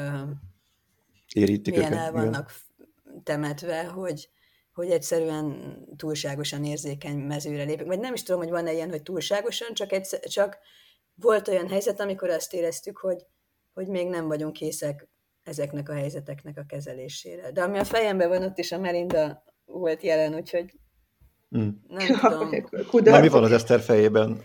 érítik őket. El vannak temetve, hogy egyszerűen túlságosan érzékeny mezőre lépünk. Vagy nem is tudom, hogy van-e ilyen, hogy túlságosan, csak volt olyan helyzet, amikor azt éreztük, hogy még nem vagyunk készek ezeknek a helyzeteknek a kezelésére. De ami a fejemben van, ott is a Melinda volt jelen, úgyhogy nem tudom. Na, mi van az Eszter fejében?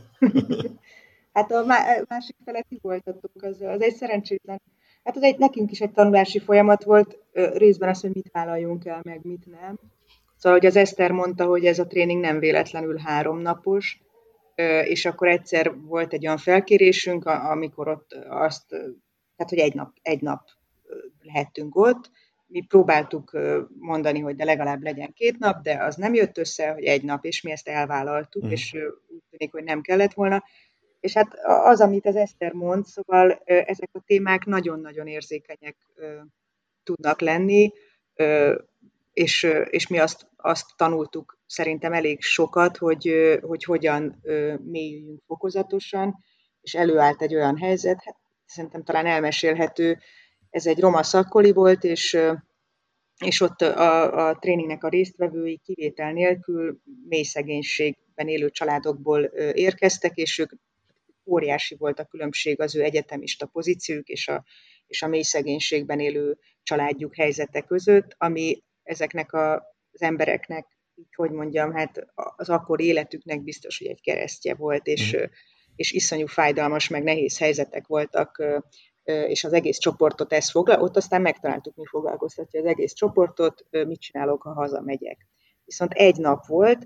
Hát a másik felet mi voltatok, az egy szerencsétlen. Hát az nekünk is egy tanulási folyamat volt, részben az, hogy mit vállaljunk el, meg mit nem. Szóval, hogy az Eszter mondta, hogy ez a tréning nem véletlenül 3 napos, és akkor egyszer volt egy olyan felkérésünk, amikor ott tehát, hogy egy nap lehettünk ott. Mi próbáltuk mondani, hogy de legalább legyen 2 nap, de az nem jött össze, hogy 1 nap, és mi ezt elvállaltuk, és úgy tűnik, hogy nem kellett volna. És hát az, amit az Eszter mond, szóval ezek a témák nagyon-nagyon érzékenyek tudnak lenni, és mi azt tanultuk szerintem elég sokat, hogy hogyan mélyüljünk fokozatosan, és előállt egy olyan helyzet, hát szerintem talán elmesélhető, ez egy roma szakkoli volt, és ott a tréningnek a résztvevői kivétel nélkül mély szegénységben élő családokból érkeztek, és ők óriási volt a különbség az ő egyetemista pozíciójuk és a mély szegénységben élő családjuk helyzete között, ami ezeknek az embereknek, így hogy mondjam, hát az akkori életüknek biztos, hogy egy keresztje volt, és iszonyú fájdalmas, meg nehéz helyzetek voltak, és az egész csoportot ez ott aztán megtaláltuk, mi foglalkoztatja az egész csoportot, mit csinálok, ha hazamegyek. Viszont 1 nap volt,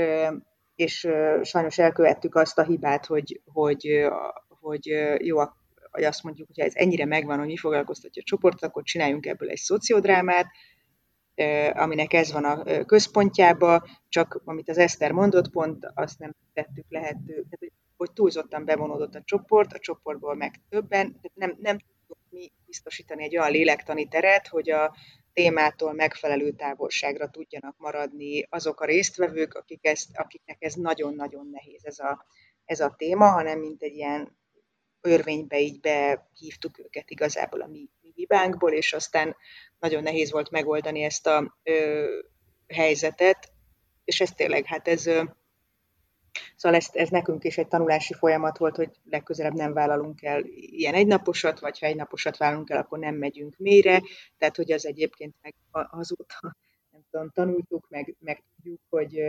és sajnos elkövettük azt a hibát, hogy jó, hogy azt mondjuk, hogy ha ez ennyire megvan, hogy mi foglalkoztatja a csoportot, akkor csináljunk ebből egy szociodrámát, aminek ez van a központjába, csak amit az Eszter mondott, pont azt nem tettük lehető, hogy túlzottan bevonódott a csoportból meg többen, tehát nem tudtuk mi biztosítani egy olyan lélektani teret, hogy a témától megfelelő távolságra tudjanak maradni azok a résztvevők, akiknek ez nagyon-nagyon nehéz ez a téma, hanem mint egy ilyen örvénybe így behívtuk őket igazából a mi hibánkból, és aztán nagyon nehéz volt megoldani ezt a helyzetet, és ez tényleg, hát szóval ez nekünk is egy tanulási folyamat volt, hogy legközelebb nem vállalunk el ilyen egynaposat, vagy ha egynaposat vállalunk el, akkor nem megyünk mélyre, tehát hogy az egyébként meg azóta nem tudom, tanultuk, meg tudjuk,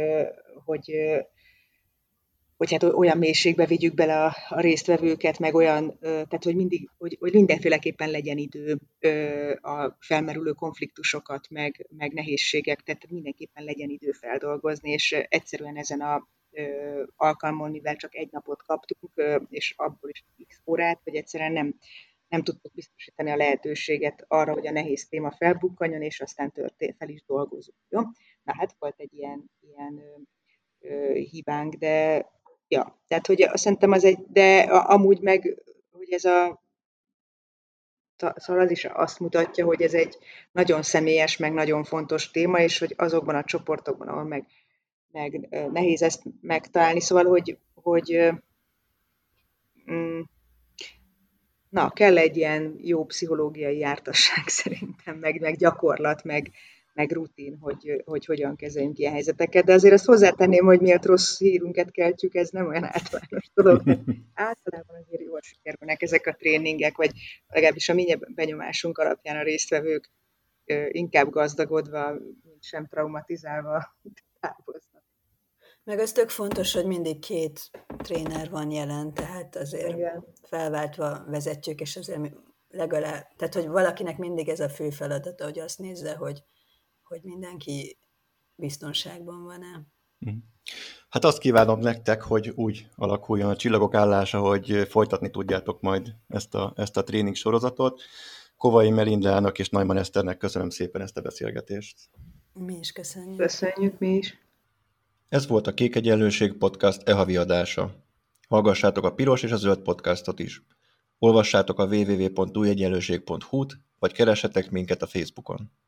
hogy hát olyan mélységbe vigyük bele a résztvevőket, meg olyan, tehát hogy mindenféleképpen legyen idő a felmerülő konfliktusokat, meg nehézségek, tehát mindenképpen legyen idő feldolgozni, és egyszerűen ezen a alkalmon, mivel csak egy napot kaptunk, és abból is x órát, hogy egyszerűen nem tudtuk biztosítani a lehetőséget arra, hogy a nehéz téma felbukkanjon, és aztán fel is dolgozunk. Jó? Na hát volt egy ilyen hibánk, de ja, tehát hogy szerintem de amúgy meg, hogy ez szóval az is azt mutatja, hogy ez egy nagyon személyes, meg nagyon fontos téma, és hogy azokban a csoportokban, ahol meg nehéz ezt megtalálni, szóval, hogy kell egy ilyen jó pszichológiai jártasság szerintem, meg gyakorlat, meg rutin, hogy hogyan kezeljünk ilyen helyzeteket, de azért azt hozzátenném, hogy miért rossz hírünket keltjük, ez nem olyan általános dolog, de általában azért jól sikerülnek ezek a tréningek, vagy legalábbis a mi benyomásunk alapján a résztvevők inkább gazdagodva, mint sem traumatizálva távoznak. Meg az tök fontos, hogy mindig 2 tréner van jelen, tehát azért igen, felváltva vezetjük, és azért legalább, tehát hogy valakinek mindig ez a fő feladata, hogy azt nézze, hogy mindenki biztonságban van-e. Hát azt kívánom nektek, hogy úgy alakuljon a Csillagok állása, hogy folytatni tudjátok majd ezt a tréning sorozatot. Kovai Melindának és Neumann Eszternek köszönöm szépen ezt a beszélgetést. Mi is köszönjük. Köszönjük mi is. Ez volt a Kék Egyenlőség Podcast e-havi adása. Hallgassátok a Piros és a Zöld podcastot is. Olvassátok a www.újegyenlőség.hu-t, vagy keressetek minket a Facebookon.